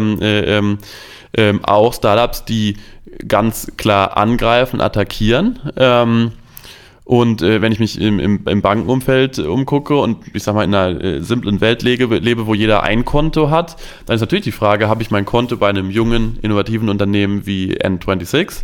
auch Startups, die ganz klar angreifen, attackieren. Und wenn ich mich im Bankenumfeld umgucke und ich sag mal in einer simplen Welt lebe, wo jeder ein Konto hat, dann ist natürlich die Frage, habe ich mein Konto bei einem jungen, innovativen Unternehmen wie N26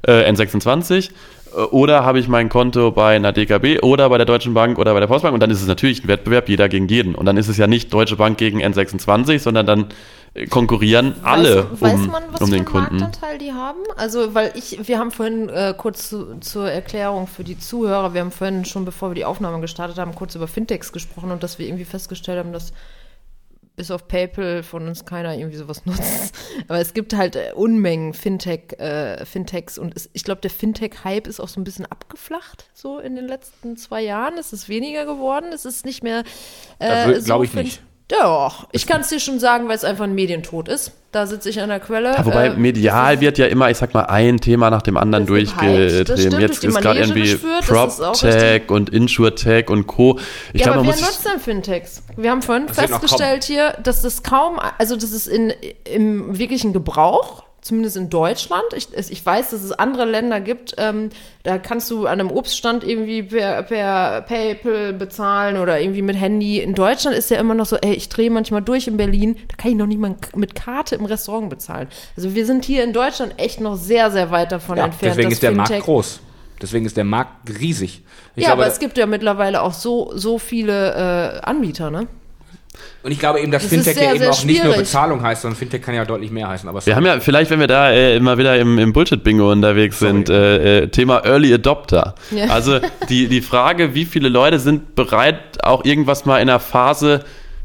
oder habe ich mein Konto bei einer DKB oder bei der Deutschen Bank oder bei der Postbank, und dann ist es natürlich ein Wettbewerb, jeder gegen jeden. Und dann ist es ja nicht Deutsche Bank gegen N26, sondern dann konkurrieren alle um den Kunden. Marktanteil die haben? Also, weil wir haben vorhin kurz zur Erklärung für die Zuhörer, wir haben vorhin schon, bevor wir die Aufnahme gestartet haben, kurz über Fintechs gesprochen und dass wir irgendwie festgestellt haben, dass bis auf PayPal von uns keiner irgendwie sowas nutzt. Aber es gibt halt Unmengen Fintechs und ich glaube, der Fintech-Hype ist auch so ein bisschen abgeflacht, so in den letzten 2 Jahren. Es ist weniger geworden, es ist nicht mehr glaube ich nicht. Doch, ich kann es dir schon sagen, weil es einfach ein Medientod ist. Da sitze ich an der Quelle. Ja, wobei medial wird ja immer, ich sag mal, ein Thema nach dem anderen durchgetrieben. Jetzt ist gerade irgendwie PropTech und InsurTech und Co. Aber wer nutzt denn Fintechs? Wir haben vorhin festgestellt hier, dass das kaum, also das ist im wirklichen Gebrauch, zumindest in Deutschland. Ich weiß, dass es andere Länder gibt, da kannst du an einem Obststand irgendwie per PayPal bezahlen oder irgendwie mit Handy. In Deutschland ist ja immer noch so, ich drehe manchmal durch in Berlin, da kann ich noch nicht mal mit Karte im Restaurant bezahlen. Also wir sind hier in Deutschland echt noch sehr, sehr weit davon entfernt. Deswegen ist der Markt groß. Deswegen ist der Markt riesig. Aber es gibt ja mittlerweile auch so viele Anbieter, ne? Und ich glaube eben, dass Fintech ja eben auch nicht nur Bezahlung heißt, sondern Fintech kann ja deutlich mehr heißen. Aber wir haben ja vielleicht, wenn wir da immer wieder im Bullshit-Bingo unterwegs sind, Thema Early Adopter. Ja. Also die Frage, wie viele Leute sind bereit, auch irgendwas mal in einer Phase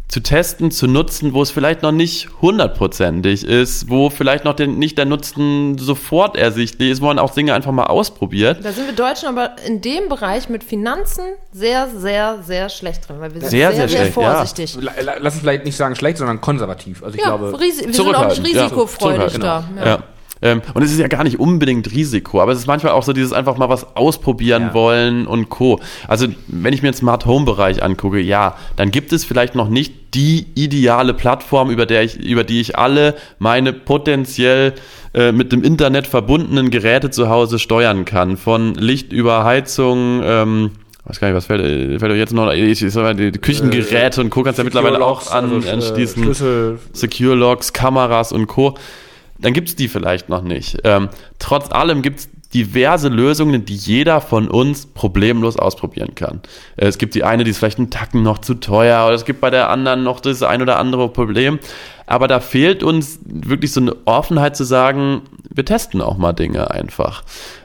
zu testen, zu nutzen, wo es vielleicht noch nicht 100%ig ist, wo vielleicht noch nicht der Nutzen sofort ersichtlich ist, wo man auch Dinge einfach mal ausprobiert. Da sind wir Deutschen aber in dem Bereich mit Finanzen sehr, sehr, sehr schlecht drin, weil wir sind sehr, sehr, sehr schlecht, vorsichtig. Ja. Lass uns vielleicht nicht sagen schlecht, sondern konservativ. Also ich glaube, wir sind auch nicht risikofreudig da. Ja. Und es ist ja gar nicht unbedingt Risiko, aber es ist manchmal auch so dieses einfach mal was ausprobieren wollen und Co. Also wenn ich mir den Smart Home Bereich angucke, ja, dann gibt es vielleicht noch nicht die ideale Plattform, über die ich alle meine potenziell mit dem Internet verbundenen Geräte zu Hause steuern kann. Von Licht über Heizung, weiß gar nicht, was fällt jetzt noch, die Küchengeräte und Co. kannst ja mittlerweile auch anschließen. Secure Locks, Kameras und Co. Dann gibt's die vielleicht noch nicht. Trotz allem gibt's diverse Lösungen, die jeder von uns problemlos ausprobieren kann. Es gibt die eine, die ist vielleicht einen Tacken noch zu teuer, oder es gibt bei der anderen noch das ein oder andere Problem. Aber da fehlt uns wirklich so eine Offenheit zu sagen, wir testen auch mal Dinge einfach.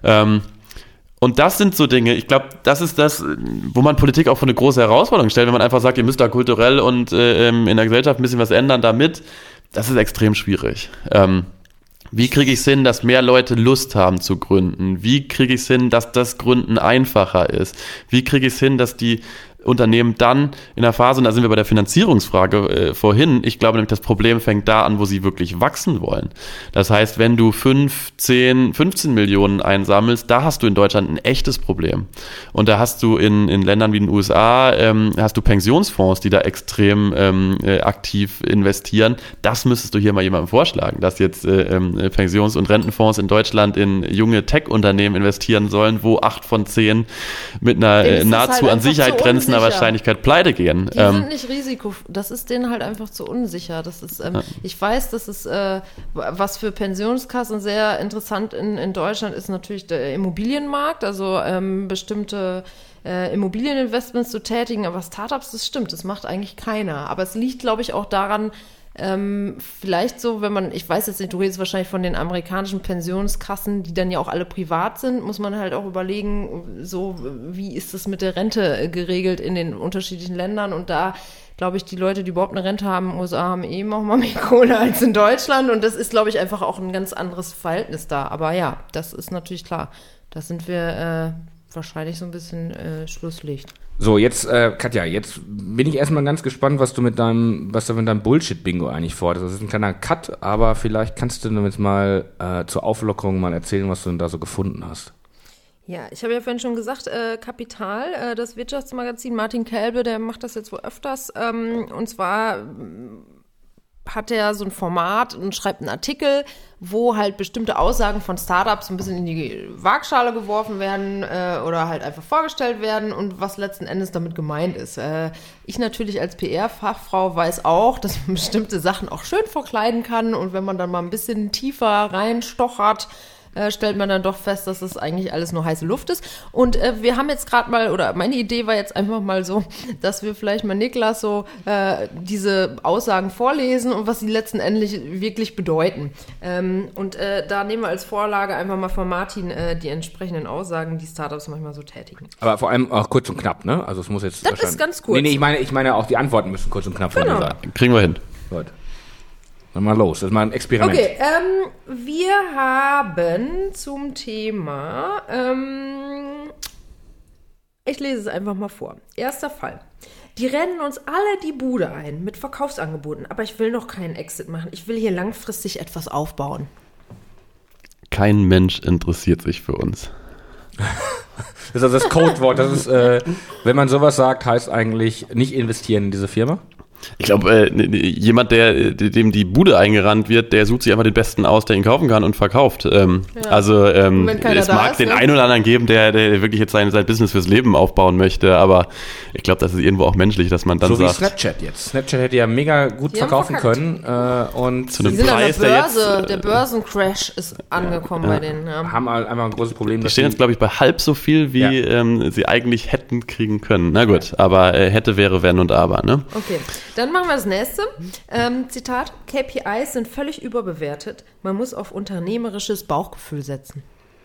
Und das sind so Dinge, ich glaube, das ist das, wo man Politik auch für eine große Herausforderung stellt, wenn man einfach sagt, ihr müsst da kulturell und in der Gesellschaft ein bisschen was ändern damit. Das ist extrem schwierig. Wie kriege ich es hin, dass mehr Leute Lust haben zu gründen? Wie kriege ich es hin, dass das Gründen einfacher ist? Wie kriege ich es hin, dass die Unternehmen dann in der Phase, und da sind wir bei der Finanzierungsfrage vorhin, ich glaube nämlich, das Problem fängt da an, wo sie wirklich wachsen wollen. Das heißt, wenn du 5, 10, 15 Millionen einsammelst, da hast du in Deutschland ein echtes Problem. Und da hast du in Ländern wie den USA, hast du Pensionsfonds, die da extrem aktiv investieren. Das müsstest du hier mal jemandem vorschlagen, dass jetzt Pensions- und Rentenfonds in Deutschland in junge Tech-Unternehmen investieren sollen, wo 8 von 10 mit einer nahezu an Sicherheit grenzender Wahrscheinlichkeit pleite gehen. Die sind nicht das ist denen halt einfach zu unsicher. Das ist, ich weiß, das ist, was für Pensionskassen sehr interessant in Deutschland ist natürlich der Immobilienmarkt, also bestimmte Immobilieninvestments zu tätigen, aber Startups, das stimmt, das macht eigentlich keiner. Aber es liegt, glaube ich, auch daran, vielleicht so, ich weiß jetzt nicht, du redest wahrscheinlich von den amerikanischen Pensionskassen, die dann ja auch alle privat sind, muss man halt auch überlegen, so, wie ist das mit der Rente geregelt in den unterschiedlichen Ländern, und da glaube ich, die Leute, die überhaupt eine Rente haben in den USA, haben eben auch mal mehr Kohle als in Deutschland, und das ist, glaube ich, einfach auch ein ganz anderes Verhältnis da, aber ja, das ist natürlich klar, da sind wir wahrscheinlich so ein bisschen Schlusslicht. So, jetzt, Katja, jetzt bin ich erstmal ganz gespannt, was du mit deinem Bullshit-Bingo eigentlich vorhast. Das ist ein kleiner Cut, aber vielleicht kannst du jetzt mal zur Auflockerung mal erzählen, was du denn da so gefunden hast. Ja, ich habe ja vorhin schon gesagt, Kapital, das Wirtschaftsmagazin, Martin Kelbe, der macht das jetzt wohl öfters, und zwar hat er so ein Format und schreibt einen Artikel, wo halt bestimmte Aussagen von Startups ein bisschen in die Waagschale geworfen werden oder halt einfach vorgestellt werden und was letzten Endes damit gemeint ist. Ich natürlich als PR-Fachfrau weiß auch, dass man bestimmte Sachen auch schön verkleiden kann, und wenn man dann mal ein bisschen tiefer reinstochert, stellt man dann doch fest, dass das eigentlich alles nur heiße Luft ist. Und wir haben jetzt gerade mal, oder meine Idee war jetzt einfach mal so, dass wir vielleicht mal Niklas so diese Aussagen vorlesen und was sie letzten Endes wirklich bedeuten. Da nehmen wir als Vorlage einfach mal von Martin die entsprechenden Aussagen, die Startups manchmal so tätigen. Aber vor allem auch kurz und knapp, ne? Also es muss jetzt. Das ist ganz kurz. Nee, ich meine auch die Antworten müssen kurz und knapp von dir sein. Kriegen wir hin. Gut. Dann mal los, das ist mal ein Experiment. Okay, wir haben zum Thema, ich lese es einfach mal vor. Erster Fall. Die rennen uns alle die Bude ein mit Verkaufsangeboten, aber ich will noch keinen Exit machen. Ich will hier langfristig etwas aufbauen. Kein Mensch interessiert sich für uns. Das ist also das Codewort. Das ist, wenn man sowas sagt, heißt eigentlich nicht investieren in diese Firma. Ich glaube, jemand, dem die Bude eingerannt wird, der sucht sich einfach den Besten aus, der ihn kaufen kann und verkauft. Also es mag den einen oder anderen geben, der wirklich jetzt sein Business fürs Leben aufbauen möchte, aber ich glaube, das ist irgendwo auch menschlich, dass man dann so sagt... So wie Snapchat jetzt. Snapchat hätte ja mega gut verkaufen können. Und zu einem Preis, der Börsencrash ist angekommen bei denen. Ja. Haben halt einfach ein großes Problem. Die stehen jetzt, glaube ich, bei halb so viel, wie sie eigentlich hätten kriegen können. Na gut, aber hätte, wäre, wenn und aber. Ne? Okay. Dann machen wir das nächste. Zitat, KPIs sind völlig überbewertet. Man muss auf unternehmerisches Bauchgefühl setzen.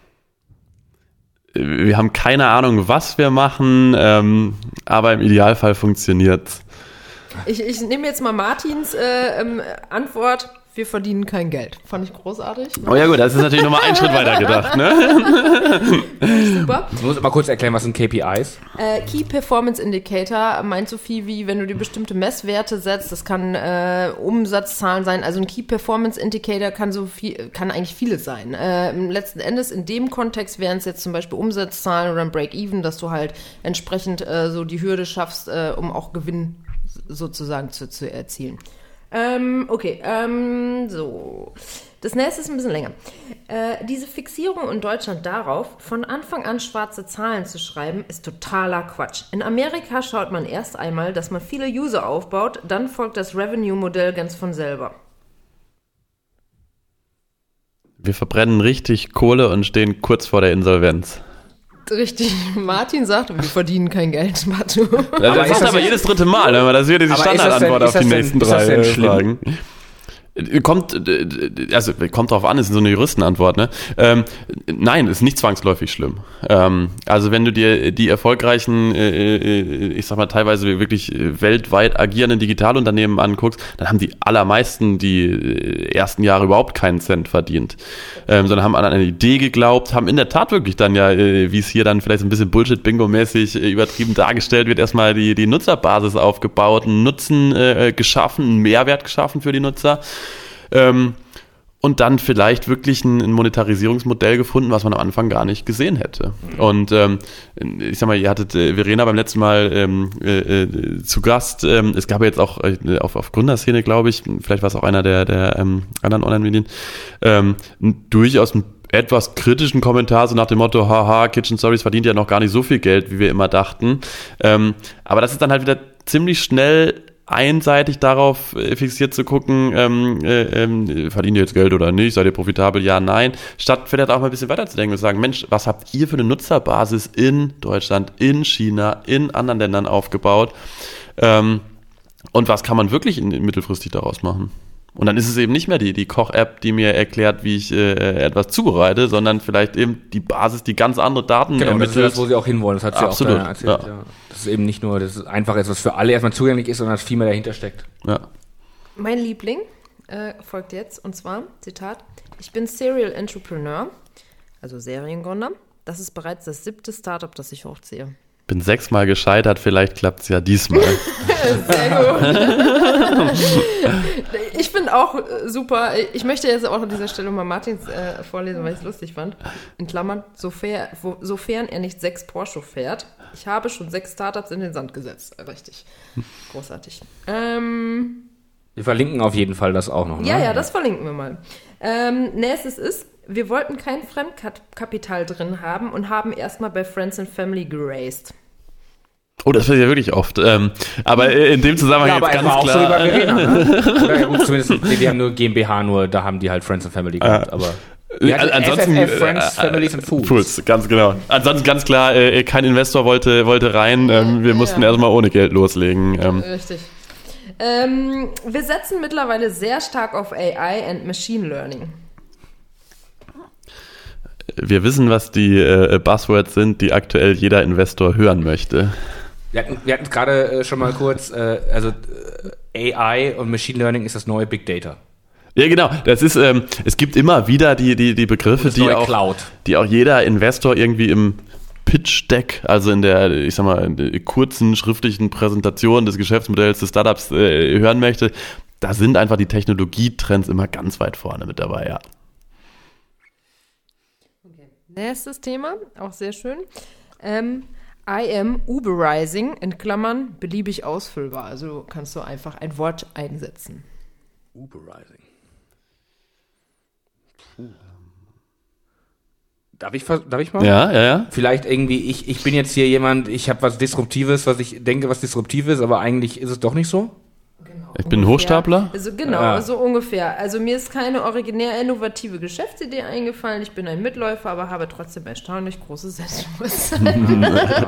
Wir haben keine Ahnung, was wir machen, aber im Idealfall funktioniert's. Ich nehme jetzt mal Martins Antwort. Wir verdienen kein Geld. Fand ich großartig. Oh ja gut, das ist natürlich nochmal einen Schritt weiter gedacht, ne? Super. Ich muss mal kurz erklären, was sind KPIs? Key Performance Indicator meint so viel wie, wenn du dir bestimmte Messwerte setzt, das kann Umsatzzahlen sein, also ein Key Performance Indicator kann eigentlich vieles sein. Letzten Endes in dem Kontext wären es jetzt zum Beispiel Umsatzzahlen oder ein Break-Even, dass du halt entsprechend so die Hürde schaffst, um auch Gewinn sozusagen zu erzielen. So. Das nächste ist ein bisschen länger. Diese Fixierung in Deutschland darauf, von Anfang an schwarze Zahlen zu schreiben, ist totaler Quatsch. In Amerika schaut man erst einmal, dass man viele User aufbaut, dann folgt das Revenue-Modell ganz von selber. Wir verbrennen richtig Kohle und stehen kurz vor der Insolvenz. Richtig, Martin sagt, wir verdienen kein Geld, Matu. Das sagt aber jedes dritte Mal, wenn man das hier die Standardantwort auf die nächsten drei Fragen. Kommt drauf an, ist so eine Juristenantwort, ne? Nein, ist nicht zwangsläufig schlimm. Also wenn du dir die erfolgreichen, ich sag mal teilweise wirklich weltweit agierenden Digitalunternehmen anguckst, dann haben die allermeisten die ersten Jahre überhaupt keinen Cent verdient, sondern haben an eine Idee geglaubt, haben in der Tat wirklich dann ja, wie es hier dann vielleicht so ein bisschen Bullshit-Bingo-mäßig übertrieben dargestellt wird, erstmal die Nutzerbasis aufgebaut, einen Nutzen geschaffen, einen Mehrwert geschaffen für die Nutzer. Und dann vielleicht wirklich ein Monetarisierungsmodell gefunden, was man am Anfang gar nicht gesehen hätte. Und ich sag mal, ihr hattet Verena beim letzten Mal zu Gast. Es gab ja jetzt auch auf Gründerszene, glaube ich, vielleicht war es auch einer der anderen Online-Medien, durchaus einen etwas kritischen Kommentar, so nach dem Motto, haha, Kitchen Stories verdient ja noch gar nicht so viel Geld, wie wir immer dachten. Aber das ist dann halt wieder ziemlich schnell einseitig darauf fixiert zu gucken, verdient ihr jetzt Geld oder nicht, seid ihr profitabel, ja, nein, statt vielleicht auch mal ein bisschen weiter zu denken und zu sagen, Mensch, was habt ihr für eine Nutzerbasis in Deutschland, in China, in anderen Ländern aufgebaut und was kann man wirklich mittelfristig daraus machen? Und dann ist es eben nicht mehr die Koch-App, die mir erklärt, wie ich etwas zubereite, sondern vielleicht eben die Basis, die ganz andere Daten ermittelt. Genau, das ist das, wo sie auch hinwollen. Das hat sie Absolut, auch erzählt. Ja. Das ist eben nicht nur, dass es einfach etwas für alle erstmal zugänglich ist, sondern dass viel mehr dahinter steckt. Ja. Mein Liebling folgt jetzt, und zwar, Zitat, ich bin Serial Entrepreneur, also Seriengründer. Das ist bereits das 7. Startup, das ich hochziehe. Bin 6-mal gescheitert, vielleicht klappt es ja diesmal. Sehr gut. Ich finde auch super, ich möchte jetzt auch an dieser Stelle mal Martins vorlesen, weil ich es lustig fand. In Klammern, sofern er nicht 6 Porsche fährt. Ich habe schon 6 Startups in den Sand gesetzt. Richtig. Großartig. Wir verlinken auf jeden Fall das auch noch. Ne? Ja, das verlinken wir mal. Nächstes ist, wir wollten kein Fremdkapital drin haben und haben erstmal bei Friends and Family geraced. Oh, das passiert ja wirklich oft. Aber in dem Zusammenhang jetzt ganz klar. Ja, aber auch so über Verena, ne? Oder gut, zumindest, die haben nur GmbH, da haben die halt Friends and Family gehabt, aber... Ansonsten FFF, Friends, Families and Fools. Fools, ganz genau. Ansonsten ganz klar, kein Investor wollte rein. Wir mussten erstmal ohne Geld loslegen. Richtig. Wir setzen mittlerweile sehr stark auf AI and Machine Learning. Wir wissen, was die Buzzwords sind, die aktuell jeder Investor hören möchte. Wir hatten es gerade schon mal kurz, AI und Machine Learning ist das neue Big Data. Ja, genau. Das ist, es gibt immer wieder die Begriffe, die auch jeder Investor irgendwie im Pitch-Deck, also in der, ich sag mal, kurzen schriftlichen Präsentation des Geschäftsmodells des Startups hören möchte. Da sind einfach die Technologietrends immer ganz weit vorne mit dabei, ja. Okay. Nächstes Thema, auch sehr schön. I am Uberizing, in Klammern, beliebig ausfüllbar. Also kannst du einfach ein Wort einsetzen. Uberizing. Darf ich mal? Ja. Vielleicht irgendwie, ich bin jetzt hier jemand, ich habe was Disruptives, was ich denke, was disruptiv ist, aber eigentlich ist es doch nicht so? Genau, ich bin ein Hochstapler? Also genau, so ungefähr. Also mir ist keine originär innovative Geschäftsidee eingefallen. Ich bin ein Mitläufer, aber habe trotzdem erstaunlich großes Selbstbewusstsein.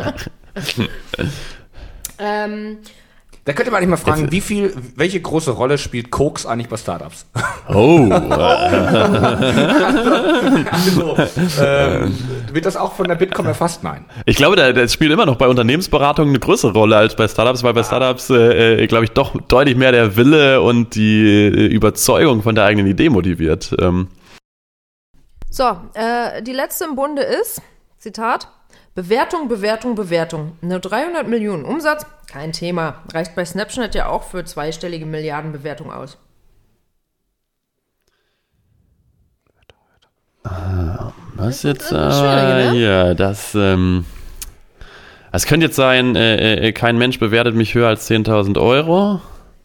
Da könnte man eigentlich mal fragen, welche große Rolle spielt Koks eigentlich bei Startups? Oh. Wird das auch von der Bitkom erfasst? Nein. Ich glaube, das spielt immer noch bei Unternehmensberatungen eine größere Rolle als bei Startups, weil bei Startups, glaube ich, doch deutlich mehr der Wille und die Überzeugung von der eigenen Idee motiviert. So, die letzte im Bunde ist, Zitat, Bewertung. Nur 300 Millionen Umsatz, kein Thema. Reicht bei Snapchat ja auch für zweistellige Milliardenbewertung aus. Was jetzt? Ne? Ja, das könnte jetzt sein, kein Mensch bewertet mich höher als 10.000 Euro.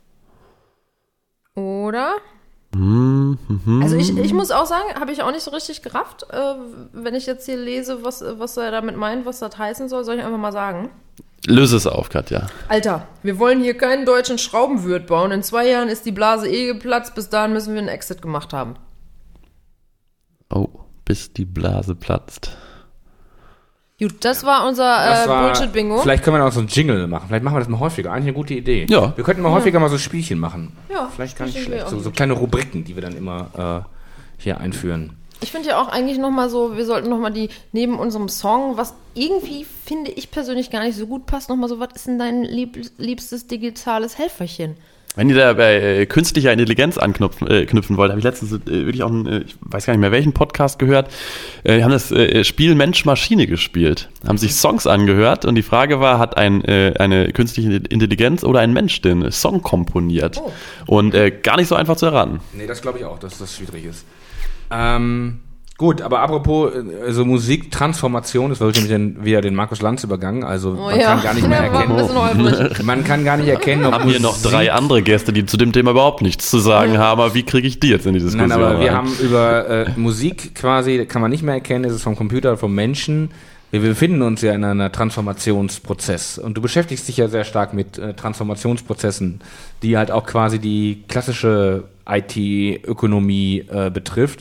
Oder? Also ich muss auch sagen, habe ich auch nicht so richtig gerafft. Wenn ich jetzt hier lese, was er damit meint, was das heißen soll ich einfach mal sagen. Löse es auf, Katja. Alter, wir wollen hier keinen deutschen Schraubenwirt bauen. In 2 Jahren ist die Blase geplatzt. Bis dahin müssen wir einen Exit gemacht haben. Oh, bis die Blase platzt. Gut, das war unser Bullshit-Bingo. Vielleicht können wir noch so einen Jingle machen. Vielleicht machen wir das mal häufiger. Eigentlich eine gute Idee. Ja. Wir könnten mal häufiger mal so Spielchen machen. Ja. Vielleicht gar nicht schlecht. So kleine Rubriken, die wir dann immer hier einführen. Ich finde ja auch eigentlich nochmal so, wir sollten nochmal die, neben unserem Song, was irgendwie, finde ich persönlich gar nicht so gut passt, nochmal so, was ist denn dein liebstes digitales Helferchen? Wenn ihr da bei künstlicher Intelligenz knüpfen wollt, habe ich letztens wirklich auch ich weiß gar nicht mehr welchen Podcast gehört, die haben das Spiel Mensch-Maschine gespielt, haben sich Songs angehört und die Frage war, hat eine künstliche Intelligenz oder ein Mensch den Song komponiert? Oh. Und gar nicht so einfach zu erraten. Nee, das glaube ich auch, dass das schwierig ist. Gut, aber apropos so Musiktransformation, das war wieder den Markus Lanz übergangen, also man kann gar nicht mehr erkennen. Man kann gar nicht erkennen, ob haben hier noch 3 andere Gäste, die zu dem Thema überhaupt nichts zu sagen haben, aber wie kriege ich die jetzt in die Diskussion? Nein, aber wir haben über Musik quasi, kann man nicht mehr erkennen, ist es vom Computer oder vom Menschen. Wir befinden uns ja in einer Transformationsprozess und du beschäftigst dich ja sehr stark mit Transformationsprozessen, die halt auch quasi die klassische IT-Ökonomie betrifft.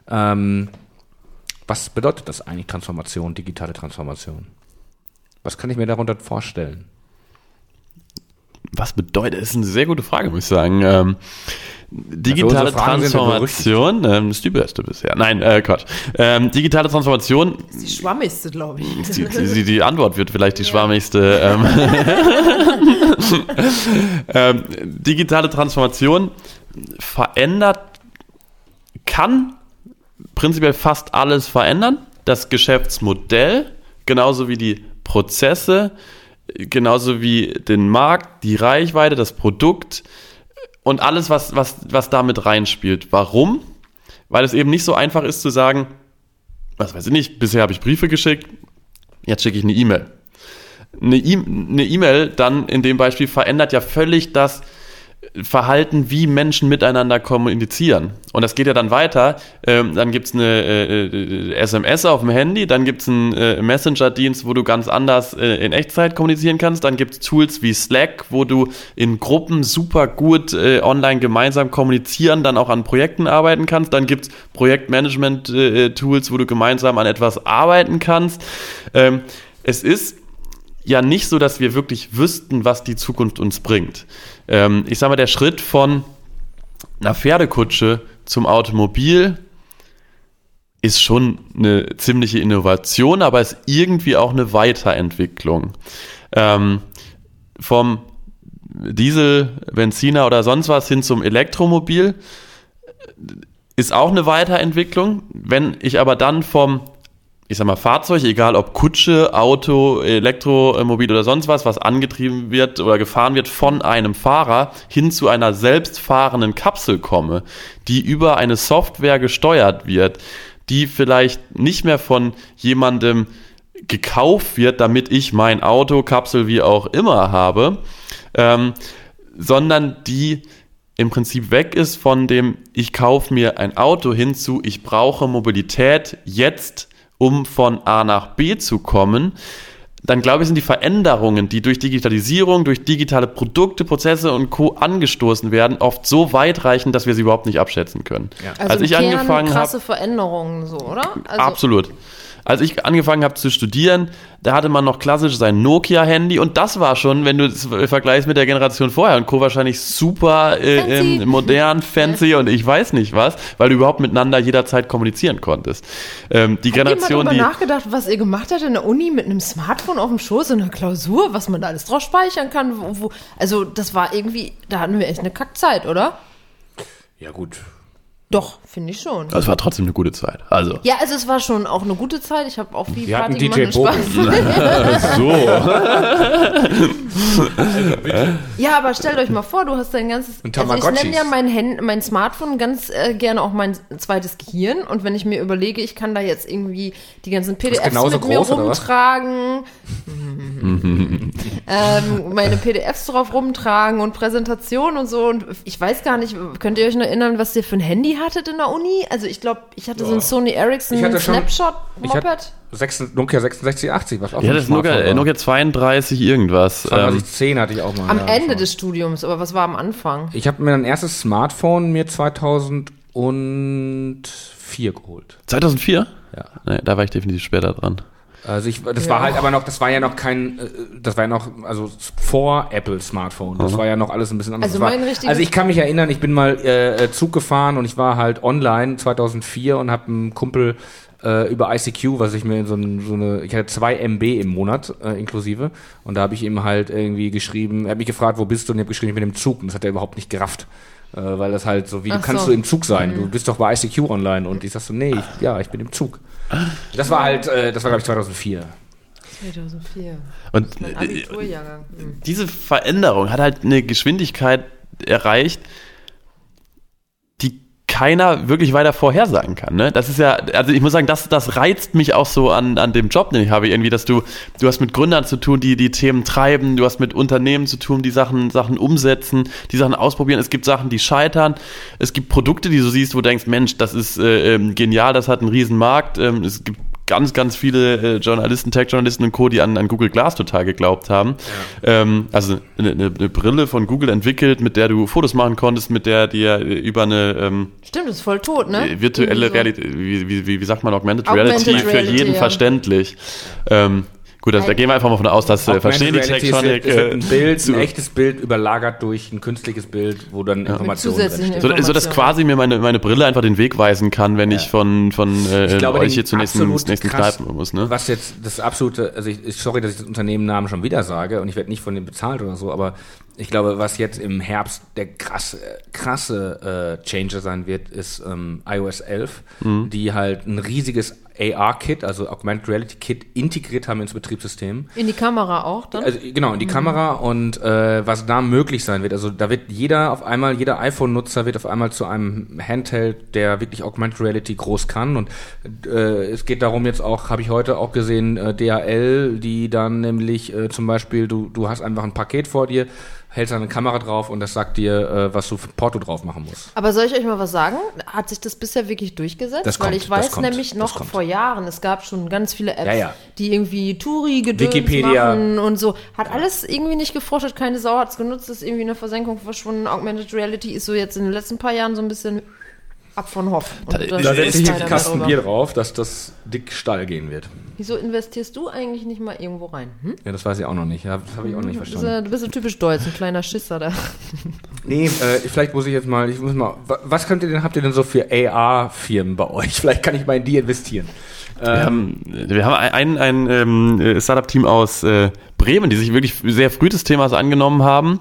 Was bedeutet das eigentlich, Transformation, digitale Transformation? Was kann ich mir darunter vorstellen? Was bedeutet, das ist eine sehr gute Frage, muss ich sagen. Digitale Transformation ist die beste bisher. Nein, Quatsch. Digitale Transformation ist die schwammigste, glaube ich. Die Antwort wird vielleicht die schwammigste. Digitale Transformation kann prinzipiell fast alles verändern. Das Geschäftsmodell, genauso wie die Prozesse, genauso wie den Markt, die Reichweite, das Produkt und alles, was damit reinspielt. Warum? Weil es eben nicht so einfach ist zu sagen, was weiß ich nicht, bisher habe ich Briefe geschickt, jetzt schicke ich eine E-Mail. Eine E-Mail dann in dem Beispiel verändert ja völlig das Verhalten, wie Menschen miteinander kommunizieren. Und das geht ja dann weiter. Dann gibt es eine SMS auf dem Handy, dann gibt es einen Messenger-Dienst, wo du ganz anders in Echtzeit kommunizieren kannst. Dann gibt es Tools wie Slack, wo du in Gruppen super gut online gemeinsam kommunizieren, dann auch an Projekten arbeiten kannst. Dann gibt es Projektmanagement-Tools, wo du gemeinsam an etwas arbeiten kannst. Es ist ja nicht so, dass wir wirklich wüssten, was die Zukunft uns bringt. Ich sag mal, der Schritt von einer Pferdekutsche zum Automobil ist schon eine ziemliche Innovation, aber ist irgendwie auch eine Weiterentwicklung. Vom Diesel, Benziner oder sonst was hin zum Elektromobil ist auch eine Weiterentwicklung. Wenn ich aber dann vom Fahrzeug, egal ob Kutsche, Auto, Elektromobil oder sonst was angetrieben wird oder gefahren wird von einem Fahrer hin zu einer selbstfahrenden Kapsel komme, die über eine Software gesteuert wird, die vielleicht nicht mehr von jemandem gekauft wird, damit ich mein Auto, Kapsel, wie auch immer habe, sondern die im Prinzip weg ist von dem, ich kaufe mir ein Auto hin zu, ich brauche Mobilität jetzt, um von A nach B zu kommen, dann glaube ich, sind die Veränderungen, die durch Digitalisierung, durch digitale Produkte, Prozesse und Co. angestoßen werden, oft so weitreichend, dass wir sie überhaupt nicht abschätzen können. Ja. Also als ich angefangen habe, krasse Veränderungen so, oder? Also absolut. als ich angefangen habe zu studieren, da hatte man noch klassisch sein Nokia-Handy und das war schon, wenn du es vergleichst mit der Generation vorher und Co. wahrscheinlich super modern, fancy und ich weiß nicht was, weil du überhaupt miteinander jederzeit kommunizieren konntest. Die Generation, Habt ihr mal darüber nachgedacht, was ihr gemacht habt in der Uni mit einem Smartphone auf dem Schoß in einer Klausur, was man da alles drauf speichern kann? Also das war irgendwie, da hatten wir echt eine Kackzeit, oder? Ja gut. Doch, finde ich schon. Das war trotzdem eine gute Zeit. Also. Ja, also es war schon auch eine gute Zeit. Ich habe auch viel Wir Party hatten gemacht DJ und Spaß. So. Ja, aber stellt euch mal vor, du hast dein ganzes... Also ich nenne ja mein Smartphone ganz gerne auch mein zweites Gehirn. Und wenn ich mir überlege, ich kann da jetzt irgendwie die ganzen PDFs mit mir rumtragen, meine PDFs drauf rumtragen und Präsentationen und so. Und ich weiß gar nicht, könnt ihr euch noch erinnern, was ihr für ein Handy hattet in der Uni? Also ich glaube, ich hatte so ein Sony Ericsson Snapshot-Moped. Nokia 6680, was auch Ja, das Nokia 32 irgendwas. 2010 hatte ich auch mal. Am Ende des Studiums, aber was war am Anfang? Ich habe mir mein erstes Smartphone 2004 geholt. 2004? Ja. Nee, da war ich definitiv später dran. Also war halt aber noch, das war ja noch also vor Apple Smartphone. Das war ja noch alles ein bisschen anders. Also ich kann mich erinnern, ich bin mal Zug gefahren und ich war halt online 2004 und habe einen Kumpel über ICQ, was ich mir ich hatte 2 MB im Monat inklusive und da habe ich ihm halt irgendwie geschrieben, er hat mich gefragt, wo bist du? Und ich habe geschrieben, ich bin im Zug und das hat er überhaupt nicht gerafft. Weil das halt so, kannst du im Zug sein? Du bist doch bei ICQ online und ich sag so, nee, ich bin im Zug. Das war glaube ich 2004. 2004. Und mein Abiturjahrgang. Diese Veränderung hat halt eine Geschwindigkeit erreicht, die keiner wirklich weiter vorhersagen kann. Ne? Das ist ja, also ich muss sagen, das reizt mich auch so an dem Job, den ich habe, irgendwie, dass du hast mit Gründern zu tun, die Themen treiben, du hast mit Unternehmen zu tun, die Sachen umsetzen, die Sachen ausprobieren. Es gibt Sachen, die scheitern. Es gibt Produkte, die du siehst, wo du denkst, Mensch, das ist genial, das hat einen riesen Markt. Es gibt ganz, ganz viele Journalisten, Tech-Journalisten und Co., die an Google Glass total geglaubt haben. Ja. Also eine Brille von Google entwickelt, mit der du Fotos machen konntest, mit der dir über eine Stimmt, das ist voll tot, ne? Virtuelle Realität, wie sagt man, Augmented Reality für jeden verständlich. Gut, da gehen wir einfach mal von aus, dass verstehen die Tech-Tronic ein echtes Bild überlagert durch ein künstliches Bild, wo dann Informationen drinstehen. So dass quasi mir meine Brille einfach den Weg weisen kann, wenn ich von euch hier zur nächsten Kneipe muss. Ne? Was jetzt das absolute, also sorry, dass ich das Unternehmennamen schon wieder sage und ich werde nicht von dem bezahlt oder so, aber ich glaube, was jetzt im Herbst der krasse Changer sein wird, ist iOS 11, die halt ein riesiges AR-Kit, also Augmented Reality Kit, integriert haben ins Betriebssystem. In die Kamera auch dann? Also, genau, in die Kamera und was da möglich sein wird, also da wird jeder iPhone-Nutzer wird auf einmal zu einem Handheld, der wirklich Augmented Reality groß kann und es geht darum jetzt auch, habe ich heute auch gesehen, DHL, die dann nämlich zum Beispiel, du hast einfach ein Paket vor dir, hältst eine Kamera drauf und das sagt dir, was du für Porto drauf machen musst. Aber soll ich euch mal was sagen? Hat sich das bisher wirklich durchgesetzt? Weil ich weiß nämlich noch vor Jahren, es gab schon ganz viele Apps, die irgendwie Touri-Gedöns machen und so. Hat alles irgendwie nicht gefruchtet, keine Sau hat es genutzt, ist irgendwie eine Versenkung verschwunden. Augmented Reality ist so jetzt in den letzten paar Jahren so ein bisschen ab von Hoff. Da setze ich einen Kasten Bier drauf, dass das dick steil gehen wird. Wieso investierst du eigentlich nicht mal irgendwo rein? Ja, das weiß ich auch noch nicht. Das habe ich auch nicht verstanden. Du bist so typisch deutsch, ein kleiner Schisser da. Nee, vielleicht muss ich jetzt mal, was habt ihr denn so für AR-Firmen bei euch? Vielleicht kann ich mal in die investieren. Wir haben ein Startup-Team aus Bremen, die sich wirklich sehr früh des Themas angenommen haben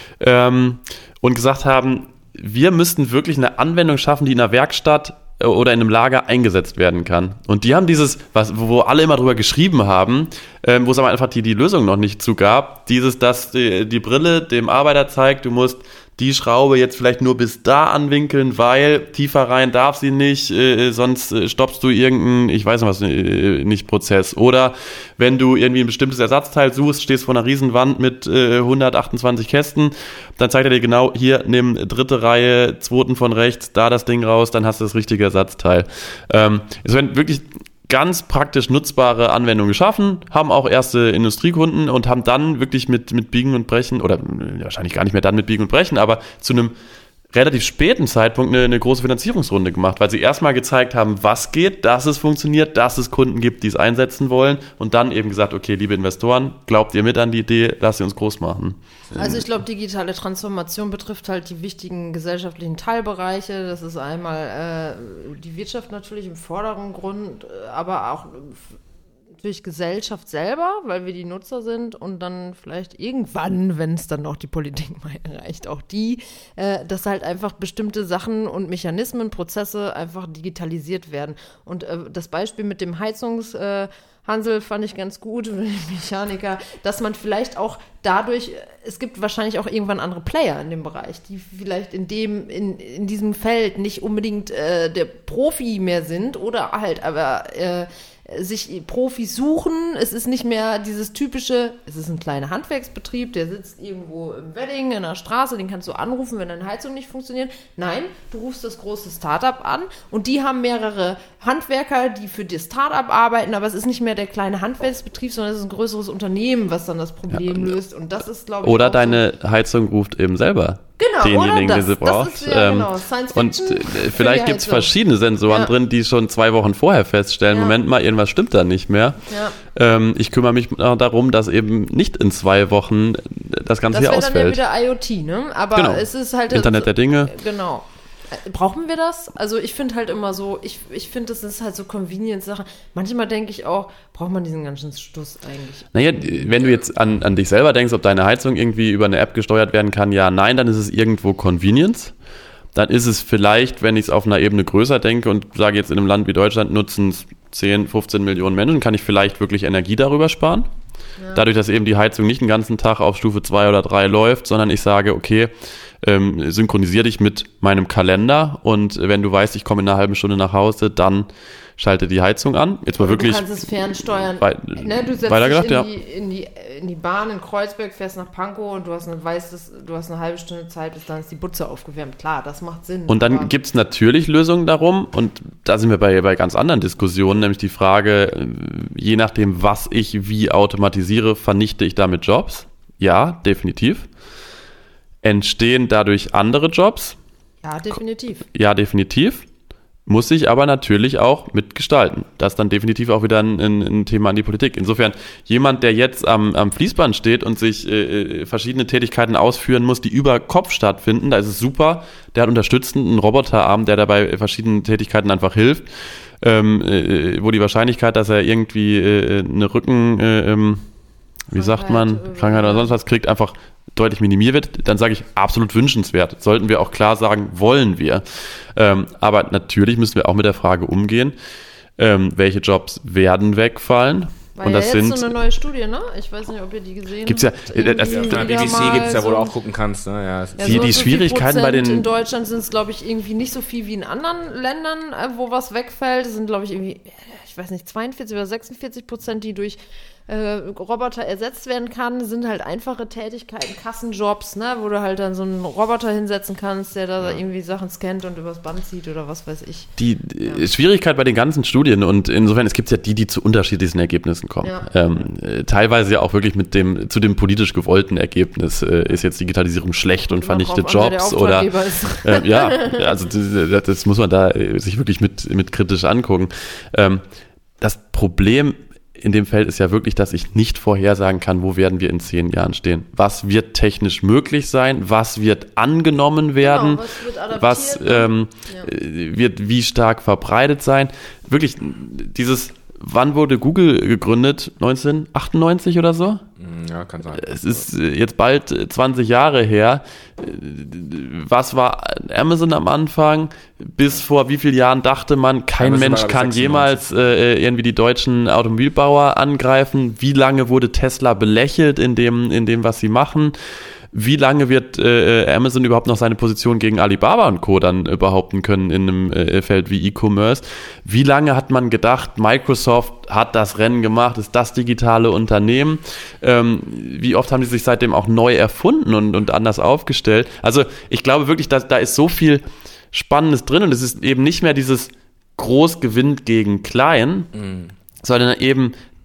und gesagt haben, wir müssten wirklich eine Anwendung schaffen, die in einer Werkstatt oder in einem Lager eingesetzt werden kann. Und die haben wo alle immer drüber geschrieben haben, wo es aber einfach die Lösung noch nicht zu gab, dass die Brille dem Arbeiter zeigt, du musst die Schraube jetzt vielleicht nur bis da anwinkeln, weil tiefer rein darf sie nicht, sonst stoppst du irgendeinen, ich weiß nicht, Prozess. Oder wenn du irgendwie ein bestimmtes Ersatzteil suchst, stehst vor einer Riesenwand mit 128 Kästen, dann zeigt er dir genau, hier, nimm 3. Reihe, 2. von rechts, da das Ding raus, dann hast du das richtige Ersatzteil. Es werden wirklich ganz praktisch nutzbare Anwendungen geschaffen, haben auch erste Industriekunden und haben dann wirklich mit Biegen und Brechen, oder wahrscheinlich gar nicht mehr dann mit Biegen und Brechen, aber zu einem relativ späten Zeitpunkt eine große Finanzierungsrunde gemacht, weil sie erstmal gezeigt haben, was geht, dass es funktioniert, dass es Kunden gibt, die es einsetzen wollen und dann eben gesagt, okay, liebe Investoren, glaubt ihr mit an die Idee, lasst sie uns groß machen. Also ich glaube, digitale Transformation betrifft halt die wichtigen gesellschaftlichen Teilbereiche. Das ist einmal die Wirtschaft natürlich im vorderen Grund, aber auch natürlich Gesellschaft selber, weil wir die Nutzer sind und dann vielleicht irgendwann, wenn es dann auch die Politik mal erreicht, auch die, dass halt einfach bestimmte Sachen und Mechanismen, Prozesse einfach digitalisiert werden. Und das Beispiel mit dem Hansel fand ich ganz gut, Mechaniker, dass man vielleicht auch dadurch, es gibt wahrscheinlich auch irgendwann andere Player in dem Bereich, die vielleicht in diesem Feld nicht unbedingt der Profi mehr sind oder halt aber sich Profis suchen. Es ist nicht mehr dieses typische, es ist ein kleiner Handwerksbetrieb, der sitzt irgendwo im Wedding in der Straße, den kannst du anrufen, wenn deine Heizung nicht funktioniert. Nein, du rufst das große Startup an und die haben mehrere Handwerker, die für das Startup arbeiten, aber es ist nicht mehr der kleine Handwerksbetrieb, sondern es ist ein größeres Unternehmen, was dann das Problem löst und das ist, glaube ich, oder deine Heizung ruft eben selber denjenigen, der sie braucht. Das ist ja, genau. Science Fiction und vielleicht gibt es verschiedene Sensoren drin, die schon 2 Wochen vorher feststellen, Moment mal, irgendwas stimmt da nicht mehr. Ja. Ich kümmere mich darum, dass eben nicht in 2 Wochen das Ganze hier ausfällt. Das wäre dann ja wieder IoT, ne? Aber genau. Es ist halt Internet der Dinge. Genau. Brauchen wir das? Also ich finde halt immer so, ich finde, das ist halt so Convenience-Sachen. Manchmal denke ich auch, braucht man diesen ganzen Stuss eigentlich? Naja, wenn du jetzt an dich selber denkst, ob deine Heizung irgendwie über eine App gesteuert werden kann, ja, nein, dann ist es irgendwo Convenience. Dann ist es vielleicht, wenn ich es auf einer Ebene größer denke und sage jetzt in einem Land wie Deutschland nutzen es 10, 15 Millionen Menschen, kann ich vielleicht wirklich Energie darüber sparen. Ja. Dadurch, dass eben die Heizung nicht den ganzen Tag auf Stufe 2 oder 3 läuft, sondern ich sage, okay, synchronisiere dich mit meinem Kalender und wenn du weißt, ich komme in einer halben Stunde nach Hause, dann schalte die Heizung an. Jetzt mal wirklich. Du kannst es fernsteuern. Du setzt dich in die Bahn in Kreuzberg, fährst nach Pankow und du hast eine halbe Stunde Zeit, bis dann ist die Butze aufgewärmt. Klar, das macht Sinn. Und dann gibt es natürlich Lösungen darum und da sind wir bei ganz anderen Diskussionen, nämlich die Frage, je nachdem, was ich wie automatisiere, vernichte ich damit Jobs? Ja, definitiv. Entstehen dadurch andere Jobs? Ja, definitiv. Ja, definitiv. Muss ich aber natürlich auch mitgestalten. Das ist dann definitiv auch wieder ein Thema an die Politik. Insofern, jemand, der jetzt am Fließband steht und sich verschiedene Tätigkeiten ausführen muss, die über Kopf stattfinden, da ist es super. Der hat unterstützenden Roboterarm, der dabei verschiedenen Tätigkeiten einfach hilft. Wo die Wahrscheinlichkeit, dass er irgendwie eine Krankheit oder sonst was kriegt, einfach deutlich minimiert wird, dann sage ich, absolut wünschenswert. Sollten wir auch klar sagen, wollen wir. Aber natürlich müssen wir auch mit der Frage umgehen, welche Jobs werden wegfallen. Und das sind so eine neue Studie, ne? Ich weiß nicht, ob ihr die gesehen habt. Auf der BBC gibt es ja, wo du auch gucken kannst. Ne? Ja, die Schwierigkeiten bei den... In Deutschland sind es, glaube ich, irgendwie nicht so viel wie in anderen Ländern, wo was wegfällt. Es sind, glaube ich, irgendwie, ich weiß nicht, 42 oder 46%, die durch Roboter ersetzt werden kann, sind halt einfache Tätigkeiten, Kassenjobs, ne, wo du halt dann so einen Roboter hinsetzen kannst, der da irgendwie Sachen scannt und übers Band zieht oder was weiß ich. Die Schwierigkeit bei den ganzen Studien und insofern, es gibt ja die zu unterschiedlichsten Ergebnissen kommen. Ja. Teilweise ja auch wirklich zu dem politisch gewollten Ergebnis, ist jetzt Digitalisierung schlecht und vernichtet Jobs oder also das muss man da sich wirklich mit kritisch angucken. Das Problem in dem Feld ist ja wirklich, dass ich nicht vorhersagen kann, wo werden wir in 10 Jahren stehen. Was wird technisch möglich sein? Was wird angenommen werden? Genau, was wird adaptiert? Wird wie stark verbreitet sein? Wirklich wann wurde Google gegründet? 1998 oder so? Ja, kann sein. Es ist jetzt bald 20 Jahre her. Was war Amazon am Anfang? Bis vor wie vielen Jahren dachte man, kein Mensch kann jemals irgendwie die deutschen Automobilbauer angreifen? Wie lange wurde Tesla belächelt in dem, was sie machen? Wie lange wird Amazon überhaupt noch seine Position gegen Alibaba und Co. dann behaupten können in einem Feld wie E-Commerce? Wie lange hat man gedacht, Microsoft hat das Rennen gemacht, ist das digitale Unternehmen? Wie oft haben die sich seitdem auch neu erfunden und anders aufgestellt? Also ich glaube wirklich, dass da ist so viel Spannendes drin und es ist eben nicht mehr dieses Groß gewinnt gegen Klein, sondern eben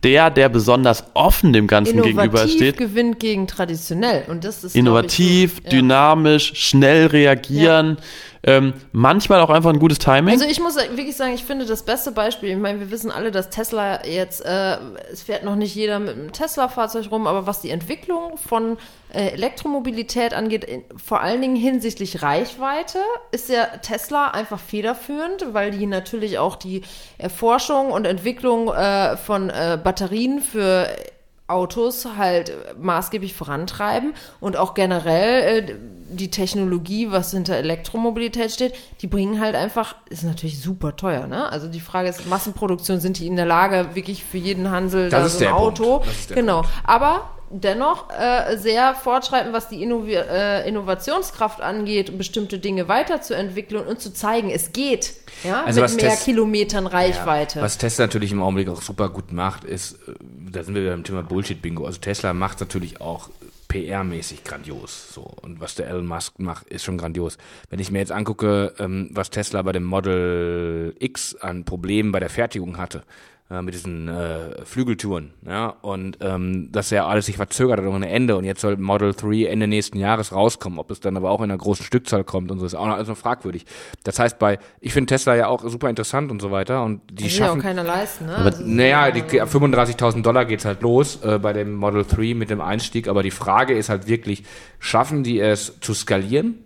der besonders offen dem Ganzen gegenübersteht. Innovativ gewinnt gegen traditionell. Und das ist innovativ, dynamisch, schnell reagieren. Manchmal auch einfach ein gutes Timing. Also ich muss wirklich sagen, ich finde das beste Beispiel, ich meine, wir wissen alle, dass Tesla jetzt, es fährt noch nicht jeder mit einem Tesla-Fahrzeug rum, aber was die Entwicklung von Elektromobilität angeht, vor allen Dingen hinsichtlich Reichweite, ist ja Tesla einfach federführend, weil die natürlich auch die Erforschung und Entwicklung von Batterien für Autos halt maßgeblich vorantreiben und auch generell die Technologie, was hinter Elektromobilität steht, die bringen halt einfach, ist natürlich super teuer, ne? Also die Frage ist, Massenproduktion, sind die in der Lage, wirklich für jeden Hansel da so ein Auto? Genau, aber dennoch sehr fortschreitend, was die Innovationskraft angeht, bestimmte Dinge weiterzuentwickeln und zu zeigen, es geht, ja, also mit mehr Kilometern Reichweite. Ja, was Tesla natürlich im Augenblick auch super gut macht, ist, da sind wir wieder beim Thema Bullshit-Bingo, also Tesla macht natürlich auch PR-mäßig grandios, so, und was der Elon Musk macht, ist schon grandios. Wenn ich mir jetzt angucke, was Tesla bei dem Model X an Problemen bei der Fertigung hatte, mit diesen Flügeltouren, ja, und dass ja alles sich verzögert hat ohne Ende, und jetzt soll Model 3 Ende nächsten Jahres rauskommen, ob es dann aber auch in einer großen Stückzahl kommt und so, ist auch noch alles noch fragwürdig. Das heißt, ich finde Tesla ja auch super interessant und so weiter, und die schaffen... ja auch keiner leisten, ne? Aber, also, naja, ab $35.000 geht's halt los bei dem Model 3 mit dem Einstieg, aber die Frage ist halt wirklich, schaffen die es zu skalieren?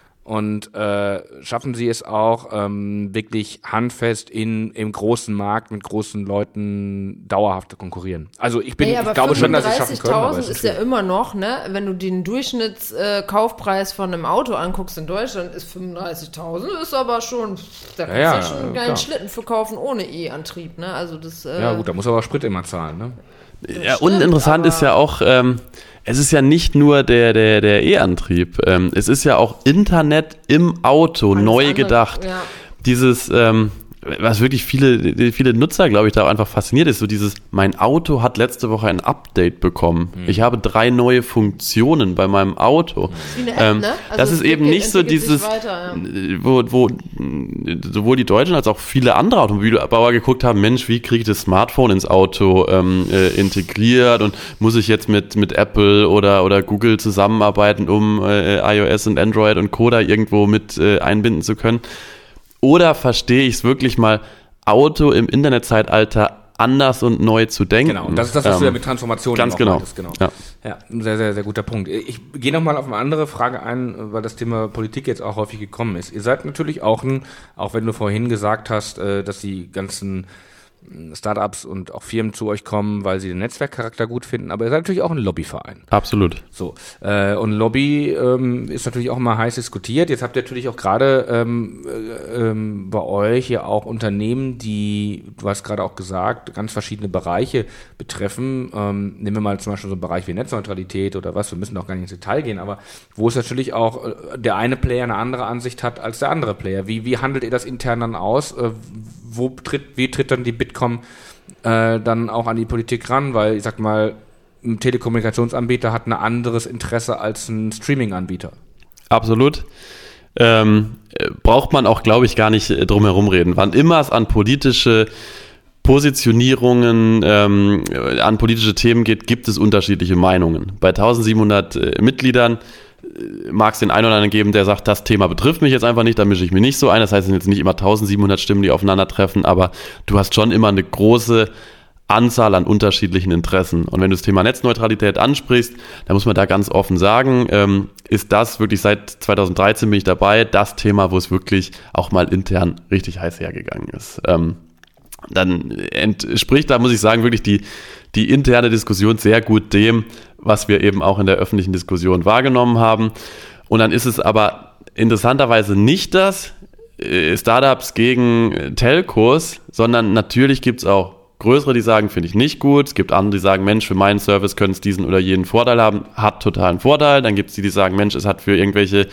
Und schaffen sie es auch wirklich handfest im großen Markt mit großen Leuten dauerhaft zu konkurrieren. Also ich glaube schon, dass sie es schaffen können. 35.000 ist ja immer noch, ne? Wenn du den Durchschnittskaufpreis von einem Auto anguckst in Deutschland, ist 35.000, ist aber schon, da kannst du schon einen kleinen Schlitten verkaufen ohne E-Antrieb, ne? Also das. Ja gut, da muss aber Sprit immer zahlen, ne? Ja, und interessant ist ja auch, es ist ja nicht nur der E-Antrieb, es ist ja auch Internet im Auto alles neu andere, gedacht. Ja. Dieses, was wirklich viele Nutzer, glaube ich, da auch einfach fasziniert ist, so dieses, mein Auto hat letzte Woche ein Update bekommen. Ich habe 3 neue Funktionen bei meinem Auto. Wie eine App, ne? Also das ist eben nicht so dieses, weiter, ja. wo sowohl die Deutschen als auch viele andere Automobilbauer geguckt haben, Mensch, wie kriege ich das Smartphone ins Auto integriert, und muss ich jetzt mit Apple oder Google zusammenarbeiten, um iOS und Android und Co. da irgendwo mit einbinden zu können? Oder verstehe ich es wirklich mal, Auto im Internetzeitalter anders und neu zu denken? Genau, und das ist das, was du ja mit Transformation ganz genau. Meintest, genau. Ja, ein sehr, sehr, sehr guter Punkt. Ich gehe nochmal auf eine andere Frage ein, weil das Thema Politik jetzt auch häufig gekommen ist. Ihr seid natürlich auch wenn du vorhin gesagt hast, dass die ganzen Startups und auch Firmen zu euch kommen, weil sie den Netzwerkcharakter gut finden, aber ihr seid natürlich auch ein Lobbyverein. Absolut. So, und Lobby ist natürlich auch immer heiß diskutiert. Jetzt habt ihr natürlich auch gerade bei euch ja auch Unternehmen, die, du hast gerade auch gesagt, ganz verschiedene Bereiche betreffen. Nehmen wir mal zum Beispiel so einen Bereich wie Netzneutralität oder was, wir müssen auch gar nicht ins Detail gehen, aber wo es natürlich auch der eine Player eine andere Ansicht hat als der andere Player. Wie handelt ihr das intern dann aus? Wie tritt dann die Bitkom dann auch an die Politik ran? Weil, ich sag mal, ein Telekommunikationsanbieter hat ein anderes Interesse als ein Streaming-Anbieter. Absolut. Braucht man auch, glaube ich, gar nicht drum herum reden. Wann immer es an politische Positionierungen, an politische Themen geht, gibt es unterschiedliche Meinungen. Bei 1700 Mitgliedern mag es den einen oder anderen geben, der sagt, das Thema betrifft mich jetzt einfach nicht, da mische ich mich nicht so ein. Das heißt, es sind jetzt nicht immer 1700 Stimmen, die aufeinandertreffen, aber du hast schon immer eine große Anzahl an unterschiedlichen Interessen. Und wenn du das Thema Netzneutralität ansprichst, dann muss man da ganz offen sagen, ist das wirklich, seit 2013 bin ich dabei, das Thema, wo es wirklich auch mal intern richtig heiß hergegangen ist. Dann entspricht, da muss ich sagen, wirklich die interne Diskussion sehr gut dem, was wir eben auch in der öffentlichen Diskussion wahrgenommen haben. Und dann ist es aber interessanterweise nicht das Startups gegen Telcos, sondern natürlich gibt es auch größere, die sagen, finde ich nicht gut. Es gibt andere, die sagen, Mensch, für meinen Service können es diesen oder jenen Vorteil haben. Hat totalen Vorteil. Dann gibt es die sagen, Mensch, es hat für irgendwelche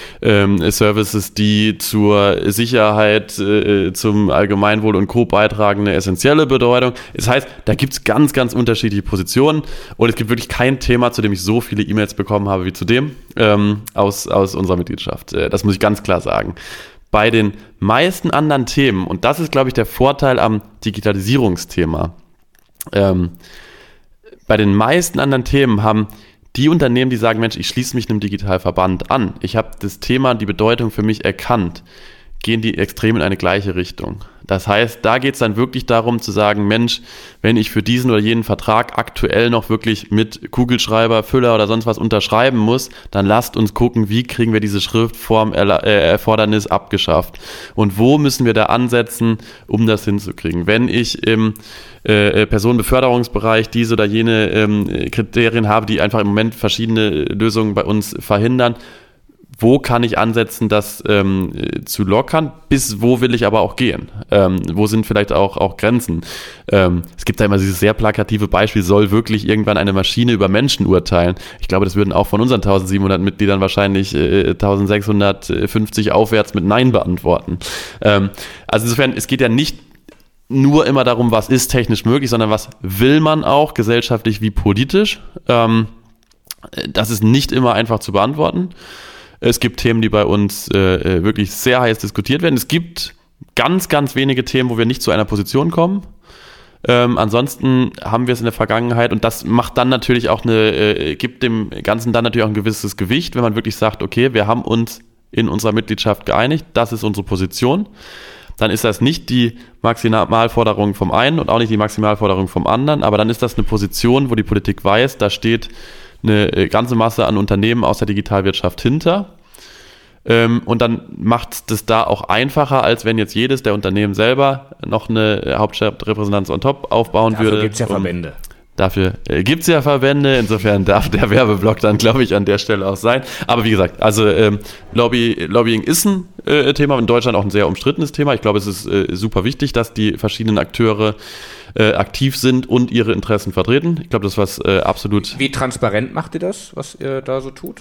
Services, die zur Sicherheit, zum Allgemeinwohl und Co. beitragen, eine essentielle Bedeutung. Das heißt, da gibt es ganz, ganz unterschiedliche Positionen, und es gibt wirklich kein Thema, zu dem ich so viele E-Mails bekommen habe wie zu dem aus unserer Mitgliedschaft. Das muss ich ganz klar sagen. Bei den meisten anderen Themen, und das ist, glaube ich, der Vorteil am Digitalisierungsthema, Bei den meisten anderen Themen haben die Unternehmen, die sagen, Mensch, ich schließe mich einem Digitalverband an, ich habe das Thema, die Bedeutung für mich erkannt, gehen die extrem in eine gleiche Richtung. Das heißt, da geht es dann wirklich darum zu sagen, Mensch, wenn ich für diesen oder jenen Vertrag aktuell noch wirklich mit Kugelschreiber, Füller oder sonst was unterschreiben muss, dann lasst uns gucken, wie kriegen wir diese Schriftform-Erfordernis abgeschafft und wo müssen wir da ansetzen, um das hinzukriegen. Wenn ich im Personenbeförderungsbereich diese oder jene Kriterien habe, die einfach im Moment verschiedene Lösungen bei uns verhindern, wo kann ich ansetzen, das zu lockern, bis wo will ich aber auch gehen? Wo sind vielleicht auch Grenzen? Es gibt da immer dieses sehr plakative Beispiel, soll wirklich irgendwann eine Maschine über Menschen urteilen? Ich glaube, das würden auch von unseren 1700 Mitgliedern wahrscheinlich 1650 aufwärts mit Nein beantworten. Also insofern, es geht ja nicht nur immer darum, was ist technisch möglich, sondern was will man auch, gesellschaftlich wie politisch. Das ist nicht immer einfach zu beantworten. Es gibt Themen, die bei uns wirklich sehr heiß diskutiert werden. Es gibt ganz, ganz wenige Themen, wo wir nicht zu einer Position kommen. Ansonsten haben wir es in der Vergangenheit und das macht dann natürlich auch gibt dem Ganzen dann natürlich auch ein gewisses Gewicht, wenn man wirklich sagt, okay, wir haben uns in unserer Mitgliedschaft geeinigt, das ist unsere Position. Dann ist das nicht die Maximalforderung vom einen und auch nicht die Maximalforderung vom anderen, aber dann ist das eine Position, wo die Politik weiß, da steht eine ganze Masse an Unternehmen aus der Digitalwirtschaft hinter. Und dann macht es da auch einfacher, als wenn jetzt jedes der Unternehmen selber noch eine Hauptstadtrepräsentanz on top aufbauen würde. Dafür gibt es ja Verbände. Dafür gibt es ja Verbände, insofern darf der Werbeblock dann, glaube ich, an der Stelle auch sein. Aber wie gesagt, also Lobbying ist ein Thema, in Deutschland auch ein sehr umstrittenes Thema. Ich glaube, es ist super wichtig, dass die verschiedenen Akteure aktiv sind und ihre Interessen vertreten. Ich glaube, das ist was absolut... Wie transparent macht ihr das, was ihr da so tut?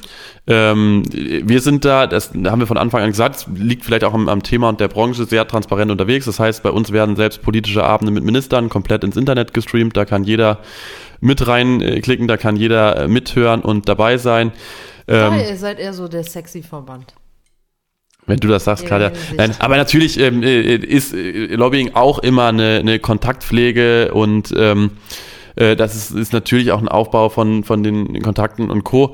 Wir sind da, das haben wir von Anfang an gesagt, liegt vielleicht auch am Thema und der Branche, sehr transparent unterwegs. Das heißt, bei uns werden selbst politische Abende mit Ministern komplett ins Internet gestreamt. Da kann jeder mit reinklicken, da kann jeder mithören und dabei sein. Ihr seid eher so der sexy Verband. Wenn du das sagst, Katja. Nein, aber natürlich ist Lobbying auch immer eine Kontaktpflege und das ist natürlich auch ein Aufbau von den Kontakten und Co.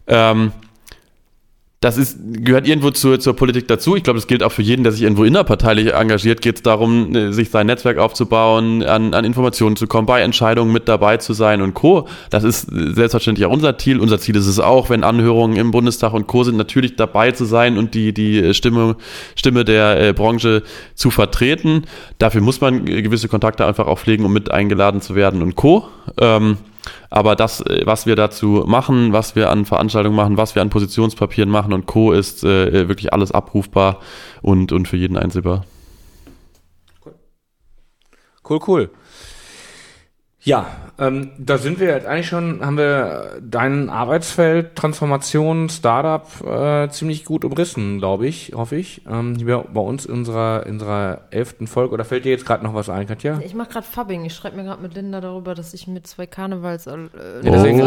Das gehört irgendwo zur Politik dazu. Ich glaube, das gilt auch für jeden, der sich irgendwo innerparteilich engagiert. Geht es darum, sich sein Netzwerk aufzubauen, an Informationen zu kommen, bei Entscheidungen mit dabei zu sein und Co. Das ist selbstverständlich auch unser Ziel. Unser Ziel ist es auch, wenn Anhörungen im Bundestag und Co. sind, natürlich dabei zu sein und die Stimme der Branche zu vertreten. Dafür muss man gewisse Kontakte einfach auch pflegen, um mit eingeladen zu werden und Co. Aber das, was wir dazu machen, was wir an Veranstaltungen machen, was wir an Positionspapieren machen und Co. ist wirklich alles abrufbar und für jeden einsehbar. Cool. Ja, da sind wir jetzt eigentlich schon, haben wir dein Arbeitsfeld, Transformation, Startup ziemlich gut umrissen, glaube ich, hoffe ich. Hier bei uns in unserer 11. Folge, oder fällt dir jetzt gerade noch was ein, Katja? Ich mache gerade Fubbing, ich schreibe mir gerade mit Linda darüber, dass ich mit 2 Karnevals das bringt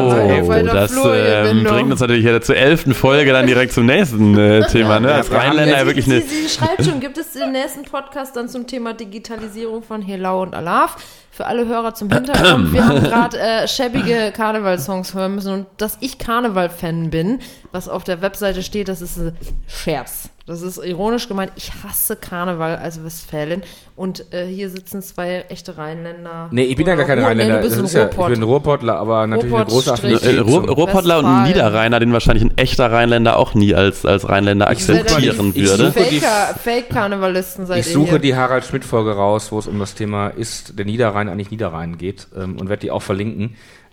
uns natürlich zur 11. Folge dann direkt zum nächsten Thema, ne? Als Rheinländer ja wirklich eine... Sie schreibt schon, gibt es den nächsten Podcast dann zum Thema Digitalisierung von Helau und Alaf? Für alle Hörer zum Hintergrund, wir haben gerade schäbige Karnevalssongs hören müssen und dass ich Karneval-Fan bin, was auf der Webseite steht, das ist ein Scherz. Das ist ironisch gemeint. Ich hasse Karneval als Westfälin und hier sitzen 2 echte Rheinländer. Nee, ich bin ja gar kein Rheinländer. Nee, ich bin ein Ruhrpottler, aber natürlich eine große Affinität. Ruhrpottler und ein Niederrheiner, den wahrscheinlich ein echter Rheinländer auch nie als Rheinländer akzeptieren würde. Fake-Karnevalisten seid ihr. Ich suche die Harald-Schmidt-Folge raus, wo es um das Thema ist der Niederrhein eigentlich Niederrhein geht und werde die auch verlinken.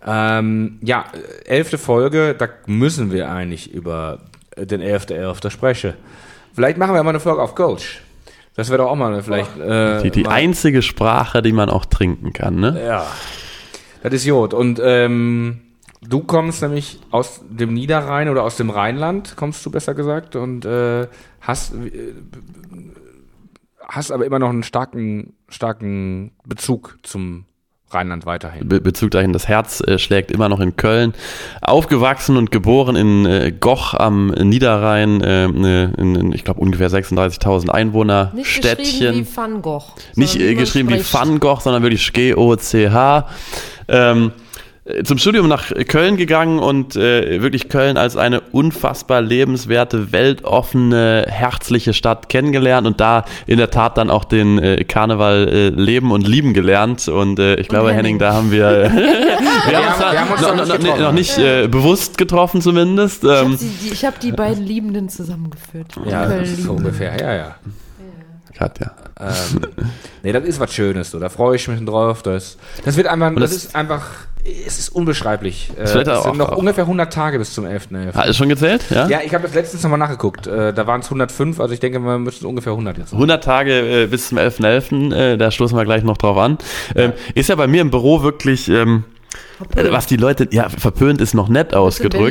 11. Folge, da müssen wir eigentlich über den 11.11. sprechen. Vielleicht machen wir mal eine Folge auf Kölsch. Das wäre doch auch mal vielleicht... die einzige Sprache, die man auch trinken kann, ne? Ja, das ist gut. Und du kommst nämlich aus dem Niederrhein oder aus dem Rheinland, kommst du besser gesagt, und hast aber immer noch einen starken Bezug zum Rheinland weiterhin. Bezug dahin, das Herz schlägt immer noch in Köln. Aufgewachsen und geboren in Goch am Niederrhein, in ich glaube ungefähr 36.000 Einwohner. Nicht Städtchen. geschrieben wie Van Gogh. Nicht geschrieben wie Van Gogh, sondern wirklich G-O-C-H. Zum Studium nach Köln gegangen und wirklich Köln als eine unfassbar lebenswerte, weltoffene, herzliche Stadt kennengelernt und da in der Tat dann auch den Karneval leben und lieben gelernt. Und ich glaube, Henning, da haben wir, wir haben uns noch nicht bewusst getroffen zumindest. Ich habe die beiden Liebenden zusammengeführt. Ja, so ungefähr, ja. Katja. Nee, das ist was Schönes, so. Da freue ich mich drauf. Das wird einfach, es ist unbeschreiblich. Es sind noch ungefähr 100 Tage bis zum 11.11. Hat es schon gezählt? Ja, ja, ich habe das letztens nochmal nachgeguckt. Da waren es 105, also ich denke, wir müssen ungefähr 100 jetzt. 100 Tage bis zum 11.11., da stoßen wir gleich noch drauf an. Ist ja bei mir im Büro wirklich... was die Leute, verpönt ist noch nett ausgedrückt.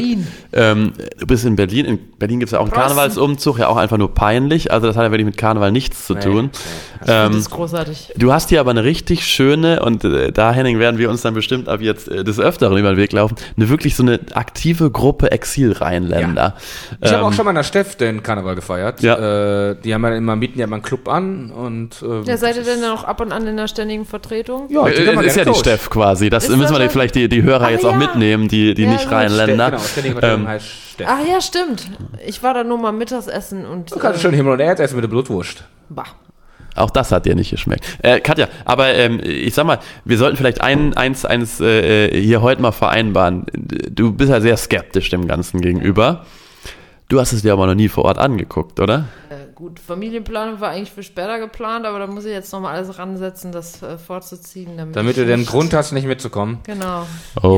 Du bist in Berlin. In Berlin gibt es ja auch einen Karnevalsumzug, ja auch einfach nur peinlich. Also das hat ja wirklich mit Karneval nichts zu tun. Das ist großartig. Du hast hier aber eine richtig schöne, und da, Henning, werden wir uns dann bestimmt ab jetzt des Öfteren über den Weg laufen, wirklich so eine aktive Gruppe Exil-Rheinländer. Ja. Ich habe auch schon mal in der Steff den Karneval gefeiert. Ja. Die haben ja immer mieten ja mal einen Club an. Und, seid ihr denn auch ab und an in der ständigen Vertretung? Ja, ist ja die Steff quasi. Das müssen wir vielleicht die Hörer jetzt auch mitnehmen, die nicht Rheinländer. Genau, heißt Steff. Ach ja, stimmt. Ich war da nur mal Mittagessen und... Du kannst schon Himmel und Erd essen mit der Blutwurst. Bah. Auch das hat dir nicht geschmeckt. Katja, aber ich sag mal, wir sollten vielleicht eins hier heute mal vereinbaren. Du bist ja sehr skeptisch dem Ganzen gegenüber. Du hast es dir aber noch nie vor Ort angeguckt, oder? Gut, Familienplanung war eigentlich für später geplant, aber da muss ich jetzt nochmal alles ransetzen, das vorzuziehen. Damit du den Grund hast, nicht mitzukommen. Genau.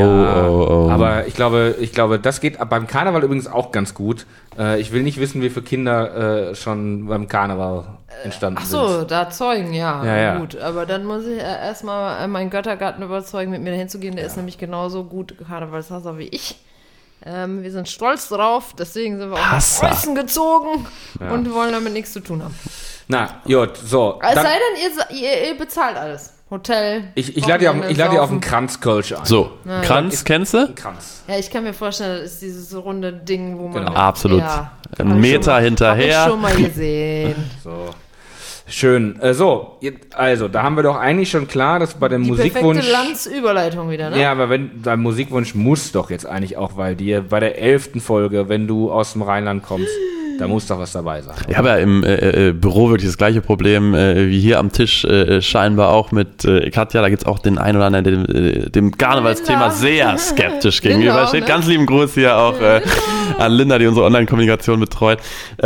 Oh. Aber ich glaube, das geht beim Karneval übrigens auch ganz gut. Ich will nicht wissen, wie viele Kinder schon beim Karneval entstanden sind. Ach so, da Zeugen, ja. Gut. Aber dann muss ich erstmal meinen Göttergarten überzeugen, mit mir dahin zu gehen. Der ist nämlich genauso gut Karnevalshasser wie ich. Wir sind stolz drauf, deswegen sind wir auch nach Preußen gezogen und wollen damit nichts zu tun haben. Na, gut, so. Es sei denn, ihr bezahlt alles. Hotel. Ich lade dir auf den Kranzkölsch ein. So, Kranz, kennst du? Kranz. Ja, ich kann mir vorstellen, das ist dieses runde Ding, wo man... Genau. Absolut. Ein Meter hinterher. Hab ich schon mal gesehen. So. Schön. Also, da haben wir doch eigentlich schon klar, dass bei dem Musikwunsch... Die perfekte Landsüberleitung wieder, ne? Ja, aber dein Musikwunsch muss doch jetzt eigentlich auch, weil dir bei der 11. Folge, wenn du aus dem Rheinland kommst, da muss doch was dabei sein. Ich habe ja im Büro wirklich das gleiche Problem wie hier am Tisch scheinbar auch mit Katja. Da gibt es auch den einen oder anderen, dem Karnevalsthema sehr skeptisch gegenüber steht. Ne? Ganz lieben Gruß hier auch an Linda, die unsere Online-Kommunikation betreut.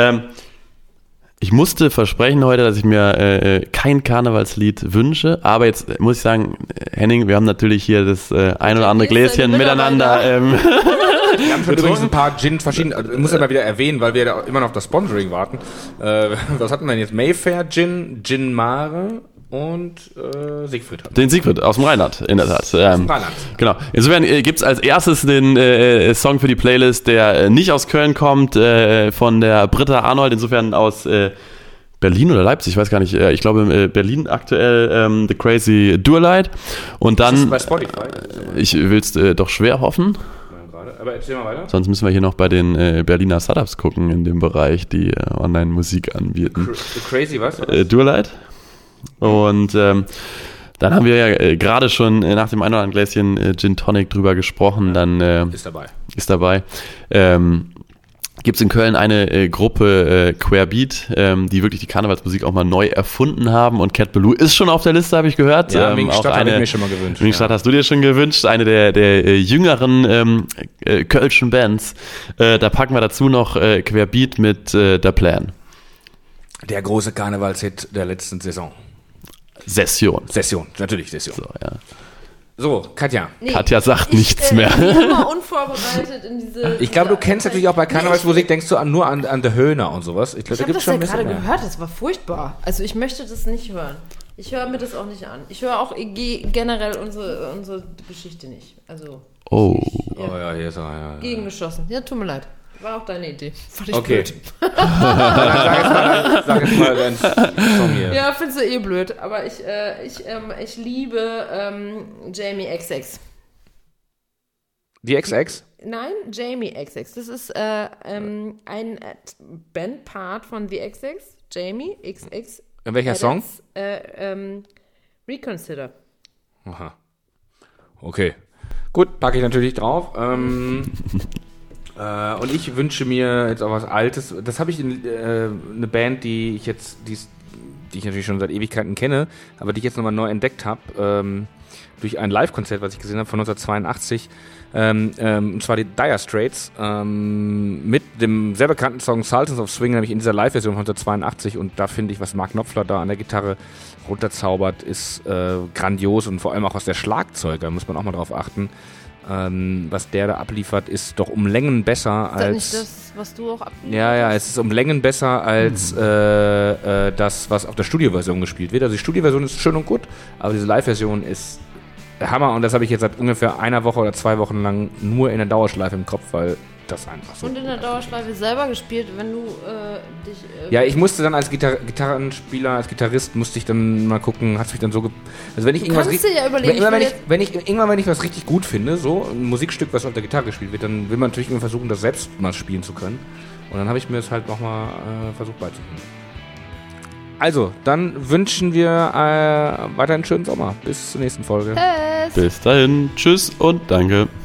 Ich musste versprechen heute, dass ich mir kein Karnevalslied wünsche, aber jetzt muss ich sagen, Henning, wir haben natürlich hier das ein oder andere Gläschen miteinander. Wir haben schon übrigens ein paar Gin verschieden. Ich muss ja mal wieder erwähnen, weil wir da immer noch auf das Sponsoring warten. Was hatten wir denn jetzt? Mayfair Gin, Gin Mare und Siegfried. Den Siegfried aus dem Rheinland, in der Tat. Aus dem Rheinland. Genau. Insofern gibt's als erstes den Song für die Playlist, der nicht aus Köln kommt, von der Britta Arnold, insofern aus Berlin oder Leipzig, ich weiß gar nicht. Ich glaube Berlin aktuell The Crazy Durlight. Und dann... Ist das bei Spotify? Ich will's doch schwer hoffen. Aber erzähl mal weiter. Sonst müssen wir hier noch bei den Berliner Startups gucken in dem Bereich, die Online-Musik anbieten. Crazy was? Durlight. Und dann haben wir ja gerade schon nach dem ein oder anderen Gläschen Gin Tonic drüber gesprochen. Dann ist dabei. Gibt es in Köln eine Gruppe Querbeat, die wirklich die Karnevalsmusik auch mal neu erfunden haben. Und Cat Ballou ist schon auf der Liste, habe ich gehört. Ja, Wingstadt habe ich mir schon mal gewünscht. Wingstadt hast du dir schon gewünscht. Eine der jüngeren kölschen Bands. Da packen wir dazu noch Querbeat mit Der Plan. Der große Karnevalshit der letzten Saison. Session, natürlich Session. So, ja. So, Katja. Nee, Katja sagt nichts mehr. Ich bin immer unvorbereitet in diese... Ich glaube, du kennst natürlich auch bei Karnevalsmusik, denkst du nur an der Höhner und sowas. Ich glaube, da gibt's schon ein bisschen gerade gehört, das war furchtbar. Also ich möchte das nicht hören. Ich höre mir das auch nicht an. Ich höre auch generell unsere Geschichte nicht. Also... Oh. Ja, hier ist er. Ja. Gegengeschossen. Ja, tut mir leid. War auch deine Idee. Okay. Sag jetzt mal deinen Song hier. Ja, findest du eh blöd. Aber ich liebe Jamie XX. Die XX? Nein, Jamie XX. Das ist ein Bandpart von The XX. Jamie XX. In welcher Song? Reconsider. Aha. Okay. Gut, packe ich natürlich drauf. Und ich wünsche mir jetzt auch was Altes. Das habe ich eine Band, die ich natürlich schon seit Ewigkeiten kenne, aber die ich jetzt nochmal neu entdeckt habe, durch ein Live-Konzert, was ich gesehen habe von 1982. Und zwar die Dire Straits mit dem sehr bekannten Song Sultans of Swing, nämlich in dieser Live-Version von 1982. Und da finde ich, was Mark Knopfler da an der Gitarre runterzaubert, ist grandios und vor allem auch was der Schlagzeuger, muss man auch mal drauf achten. Was der da abliefert, ist doch um Längen besser als... Ist das nicht das, was du auch ablieferst? Ja, es ist um Längen besser als das, was auf der Studioversion gespielt wird. Also die Studioversion ist schön und gut, aber diese Live-Version ist Hammer und das habe ich jetzt seit ungefähr einer Woche oder 2 Wochen lang nur in der Dauerschleife im Kopf, weil das einfach so... Und in der Dauerschleife selber gespielt, wenn du dich... Ja, ich musste dann als Gitarrenspieler, als Gitarrist, musste ich dann mal gucken, hat es mich dann so... Also wenn ich du kannst dir ja überlegen... Wenn ich was richtig gut finde, so ein Musikstück, was auf der Gitarre gespielt wird, dann will man natürlich immer versuchen, das selbst mal spielen zu können. Und dann habe ich mir das halt nochmal versucht beizubringen. Also, dann wünschen wir weiter einen schönen Sommer. Bis zur nächsten Folge. Bis dahin. Tschüss und danke.